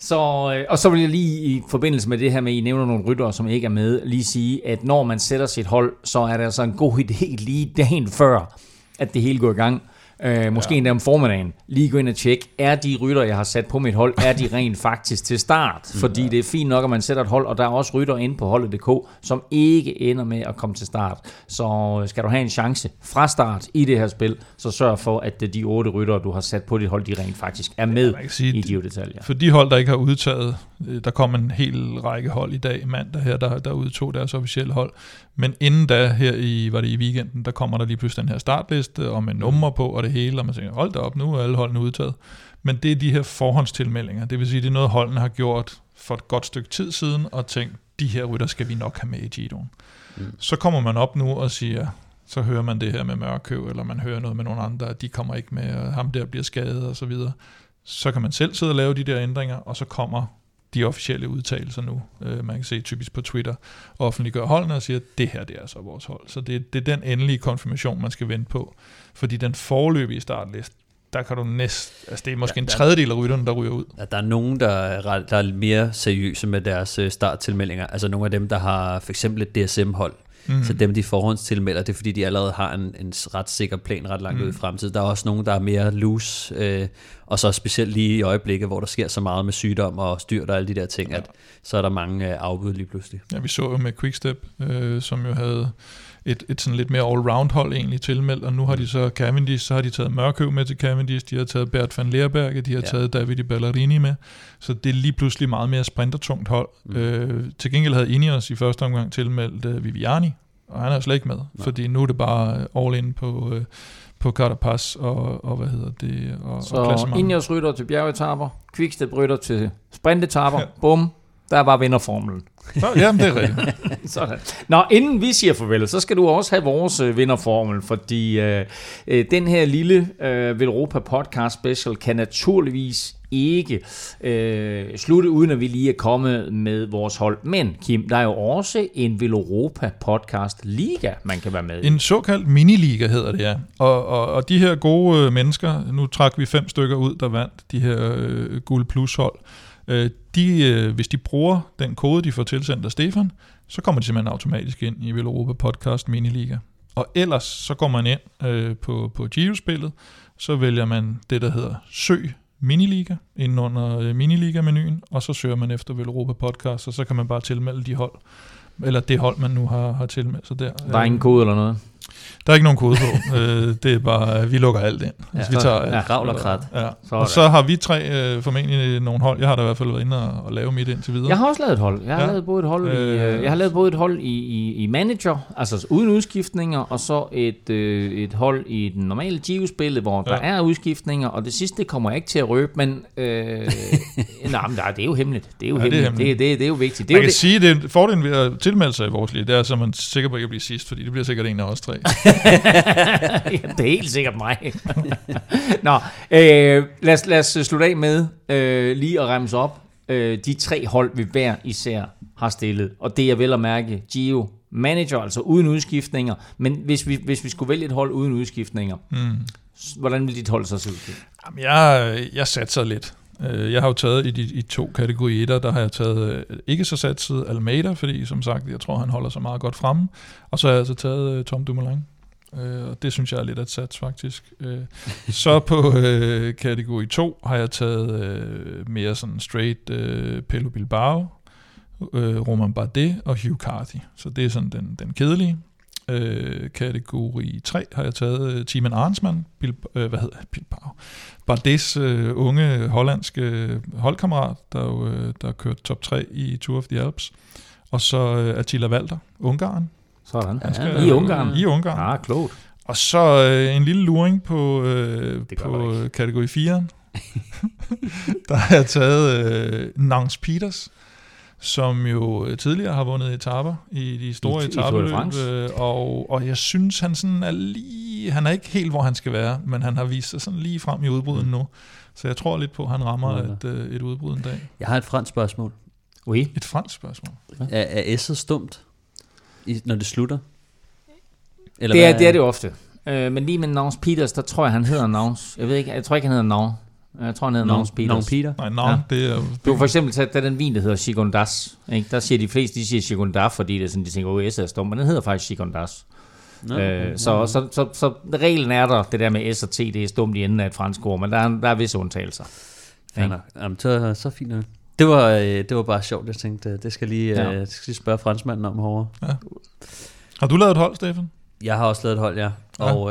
Speaker 2: Og så vil jeg lige i forbindelse med det her med, at I nævner nogle ryttere, som ikke er med, lige sige, at når man sætter sit hold, så er det altså en god idé lige dagen før, at det hele går i gang. Måske endda om formiddagen, lige gå ind og tjekke, er de rytter, jeg har sat på mit hold, er de rent faktisk til start? Fordi det er fint nok, at man sætter et hold, og der er også rytter inde på holdet.dk, som ikke ender med at komme til start. Så skal du have en chance fra start i det her spil, så sørg for, at de 8 ryttere, du har sat på dit hold, de rent faktisk er med i de detaljer.
Speaker 3: For de hold, der ikke har udtaget, der kom en hel række hold i dag, mandag her, der udtog deres officielle hold. Men inden da, her i weekenden, der kommer der lige pludselig den her startliste, og med numre på, og det hele, og man tænker, hold da op, nu er alle holdene udtaget. Men det er de her forhåndstilmeldinger. Det vil sige, det er noget, holdene har gjort for et godt stykke tid siden, og tænkt, de her rytter skal vi nok have med i Giroen. Så kommer man op nu og siger, så hører man det her med Mørkøv, eller man hører noget med nogle andre, at de kommer ikke med, og ham der bliver skadet, og så videre. Så kan man selv sidde og lave de der ændringer, og så kommer de officielle udtalelser nu. Man kan se typisk på Twitter, offentliggør holdene og siger, at det her, det er så vores hold. Så det er den endelige konfirmation, man skal vente på. Fordi den foreløbige startliste, der kan du det er måske en tredjedel af rytterne, der ryger ud.
Speaker 4: Der er nogen, der er mere seriøse med deres starttilmeldinger. Altså nogle af dem, der har for eksempel et DSM-hold. Så dem, de forhåndstilmelder, det er fordi, de allerede har en ret sikker plan ret langt ud i fremtiden. Der er også nogen, der er mere loose, og så specielt lige i øjeblikket, hvor der sker så meget med sygdom og styrt og alle de der ting, at så er der mange afbud lige pludselig.
Speaker 3: Ja, vi så jo med Quickstep, som jo havde et sådan lidt mere all-round hold egentlig tilmeldt, og nu har de så Cavendish, så har de taget Mørkøv med til Cavendish, de har taget Bert van Leerberg, de har taget Davide Ballerini med, så det er lige pludselig meget mere sprintertungt hold. Til gengæld havde Ineos i første omgang tilmeldt Viviani, og han er slet ikke med, fordi nu er det bare all in på Carapaz og hvad hedder det, og
Speaker 2: så Ineos rytter til bjergetapper, Quickstep rytter til sprintetapper, bum, der er bare vinderformelen.
Speaker 3: Jamen, det er rigtigt.
Speaker 2: Sådan. Nå, inden vi siger farvel, så skal du også have vores vinderformel, fordi den her lille Velropa Podcast Special kan naturligvis ikke slutte, uden at vi lige er kommet med vores hold. Men Kim, der er jo også en Velropa Podcast Liga, man kan være med i.
Speaker 3: En såkaldt miniliga hedder det, ja. Og de her gode mennesker, nu trak vi 5 stykker ud, der vandt de her Guld Plus hold. Hvis de bruger den kode, de får tilsendt af Stefan, så kommer de simpelthen automatisk ind i Velropa Podcast Miniliga. Og ellers så går man ind på Giro-spillet, så vælger man det, der hedder Søg Miniliga, inden under Miniliga-menuen, og så søger man efter Velropa Podcast, og så kan man bare tilmelde de hold, eller det hold, man nu har tilmeldt sig der.
Speaker 2: Der er ingen kode eller noget?
Speaker 3: Der er ikke nogen kode på. Det er bare, vi lukker alt ind. Altså, vi tager
Speaker 4: ravl og krat.
Speaker 3: Ja. Og så har vi 3 formentlig nogle hold. Jeg har da i hvert fald været inde og lave mit indtil videre.
Speaker 2: Jeg har også lavet et hold. Jeg har lavet både et hold i manager, altså uden udskiftninger, og så et hold i den normale Giro-spillet, hvor der er udskiftninger, og det sidste det kommer jeg ikke til at røbe, men nej, men det er jo hemmeligt. Det er jo hemmeligt. Det er jo vigtigt.
Speaker 3: Man kan sige, det er fordelen ved at tilmelde sig i vores liv, det er, så man sikker på ikke at blive sidst, fordi det bliver sikkert en af os 3.
Speaker 2: Jamen, det er helt sikkert mig. Nå, lad os slutte af med lige at remse op de 3 hold, vi hver især har stillet. Og det er vel at mærke Giro Manager, altså uden udskiftninger. Men hvis vi skulle vælge et hold uden udskiftninger, hvordan vil dit hold så se ud?
Speaker 3: Jamen, jeg satser lidt. Jeg har jo taget i 2 kategorier, der har jeg taget ikke så satset Almeida, fordi som sagt, jeg tror, han holder sig meget godt fremme. Og så har jeg altså taget Tom Dumoulin. Og det synes jeg er lidt at sats faktisk. Så på kategori 2 har jeg taget mere sådan straight Pello Bilbao, Romain Bardet og Hugh Carthy. Så det er sådan den kedelige. Kategori 3 har jeg taget Thymen Arensman, Bilbao. Bardets unge hollandske holdkammerat, der har kørt top 3 i Tour of the Alps. Og så Attila Walter, Ungarn.
Speaker 2: Sådan. I Ungarn.
Speaker 3: I Ungarn.
Speaker 2: Ah, klogt.
Speaker 3: Og så en lille luring på kategori 4. Der har jeg taget Nance Peters, som jo tidligere har vundet etaper i de store etapeløb, og jeg synes, han sådan er lige, han er ikke helt, hvor han skal være, men han har vist sig sådan lige frem i udbruddet nu. Så jeg tror lidt på, at han rammer et udbrud en dag.
Speaker 4: Jeg har et fransk spørgsmål.
Speaker 2: Oui.
Speaker 3: Et fransk spørgsmål?
Speaker 4: Er S'et stumt, når det slutter?
Speaker 2: Eller det er det jo ofte. Men lige med Nance Peters, der tror jeg, han hedder Nance. Jeg tror ikke, han hedder Nance. Jeg tror, han hedder Nance Peters.
Speaker 4: Nance Peter?
Speaker 3: Nej, Nance, det er jo...
Speaker 2: Du kan for eksempel tage den vin, der hedder Gigondas. Ikke? Der siger de fleste, de siger Gigondas, fordi det er sådan, de tænker, S er stum, men den hedder faktisk Gigondas. Så reglen er der, det der med S og T, det er stumt i enden af et fransk ord, men der er visse undtagelser.
Speaker 4: Jamen, så fint. Det var bare sjovt, jeg tænkte, det skal lige spørge franskmanden om herovre. Ja.
Speaker 3: Har du lavet et hold, Stefan? Jeg
Speaker 4: har også lavet et hold, ja. Og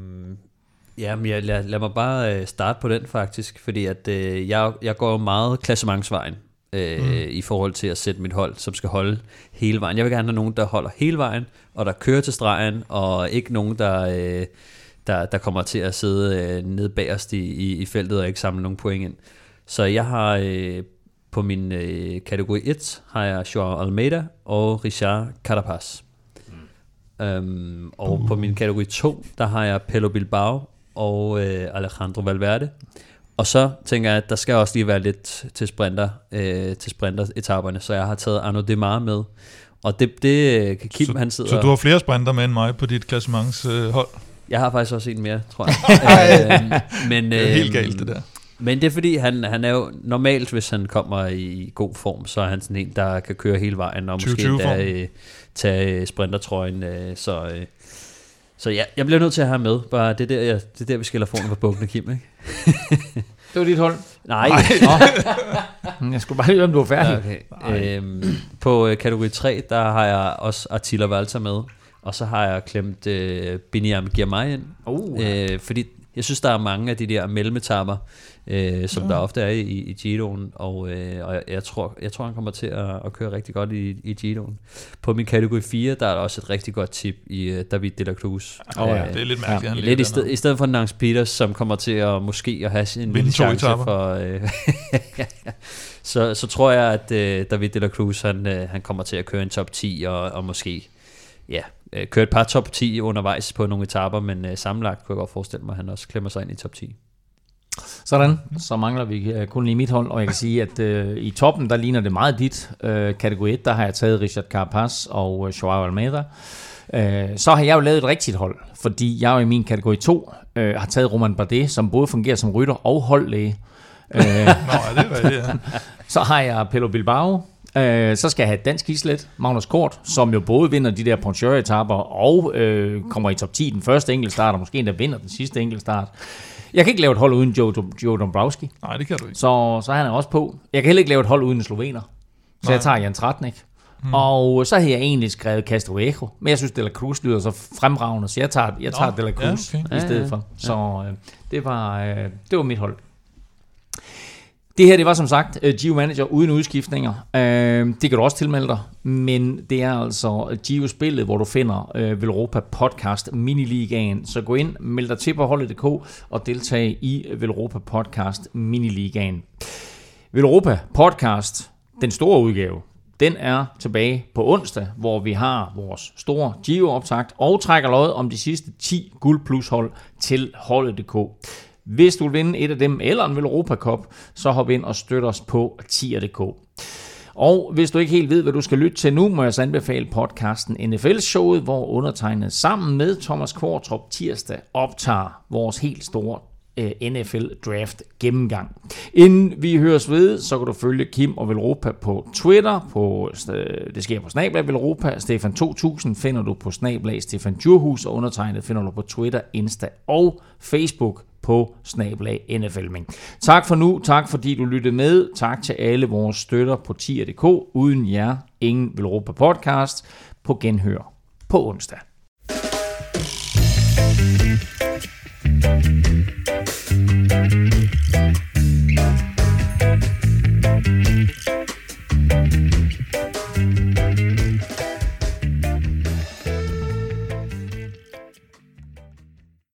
Speaker 4: lad mig bare starte på den faktisk, fordi at jeg går meget klassementsvejen i forhold til at sætte mit hold, som skal holde hele vejen. Jeg vil gerne have nogen, der holder hele vejen, og der kører til stregen, og ikke nogen, der kommer til at sidde nede bagerst i feltet og ikke samle nogen point ind. Så jeg har på min kategori 1 har jeg Joao Almeida og Richard Carapaz. Og på min kategori 2, der har jeg Pello Bilbao og Alejandro Valverde. Og så tænker jeg, at der skal også lige være lidt til sprinter-etaperne, så jeg har taget Arnaud Démare med. Og det kan Kim, han sidder...
Speaker 3: Så du har flere sprinter med end mig på dit klassementshold?
Speaker 4: Jeg har faktisk også en mere, tror jeg. Men,
Speaker 3: det er helt galt, det der.
Speaker 4: Men det er fordi, han er jo normalt, hvis han kommer i god form, så er han sådan en, der kan køre hele vejen, og måske tage sprintertrøjen. Så ja, jeg bliver nødt til at have med. Bare det er der vi skiller formen på bukkene, Kim, ikke?
Speaker 2: Det var dit hold?
Speaker 4: Nej.
Speaker 2: Jeg skulle bare høre, om du var færdig.
Speaker 4: Okay. På kategori 3, der har jeg også Attila Valter med, og så har jeg klemt Biniam Girmay ind, fordi jeg synes, der er mange af de der mellemetapper, som der ofte er i Giroen, og jeg tror, han kommer til at køre rigtig godt i Giroen. På min kategori 4, der er der også et rigtig godt tip i David de la Cruz.
Speaker 3: Det er lidt mærkeligt.
Speaker 4: Lidt i stedet for Nance Peters, som kommer til at måske at have en lille chance for... så tror jeg, at David de la Cruz, han kommer til at køre en top 10, og måske... køre et par top 10 undervejs på nogle etaper, men sammenlagt kunne jeg godt forestille mig, at han også klemmer sig ind i top 10.
Speaker 2: Sådan, så mangler vi kun lige mit hold, og jeg kan sige, at i toppen, der ligner det meget dit. Kategori 1, der har jeg taget Richard Carapaz og Joao Almeida. Så har jeg jo lavet et rigtigt hold, fordi jeg jo i min kategori 2 har taget Romain Bardet, som både fungerer som rytter og holdlæge. Så har jeg Pello Bilbao. Så skal jeg have dansk islet, Magnus Kort, som jo både vinder de der Pontcheur-etapper og kommer i top 10 den første enkeltstart, og måske endda vinder den sidste enkeltstart. Jeg kan ikke lave et hold uden Joe Dombrowski.
Speaker 3: Nej, det kan du ikke.
Speaker 2: Så han er også på. Jeg kan heller ikke lave et hold uden slovener. Så jeg tager Jan Tratnik. Og så har jeg egentlig skrevet Castillejo, men jeg synes, De la Cruz lyder så fremragende, så jeg tager De la Cruz i stedet for. Så det var mit hold. Det her, det var som sagt Giro Manager uden udskiftninger. Det kan du også tilmelde dig, men det er altså Giro-spillet, hvor du finder Velropa Podcast Miniligaen. Så gå ind, meld dig til på holdet.dk og deltag i Velropa Podcast Miniligaen. Velropa Podcast, den store udgave, den er tilbage på onsdag, hvor vi har vores store Giro-optakt og trækker lod om de sidste 10 guld-plus-hold til holdet.dk. Hvis du vil vinde et af dem, eller en Velropa Cup, så hop ind og støt os på tier.dk. Og hvis du ikke helt ved, hvad du skal lytte til nu, må jeg så anbefale podcasten NFL-showet, hvor undertegnet sammen med Thomas Kvartrup tirsdag optager vores helt store NFL Draft gennemgang. Inden vi høres ved, så kan du følge Kim og Velropa på Twitter. Det sker på @ Velropa. Stefan 2000 finder du på @ Stefan Djurhus, og undertegnet finder du på Twitter, Insta og Facebook på @ NFLming. Tak for nu. Tak fordi du lyttede med. Tak til alle vores støtter på tier.dk. Uden jer, ingen Velropa Podcast. På genhør på onsdag.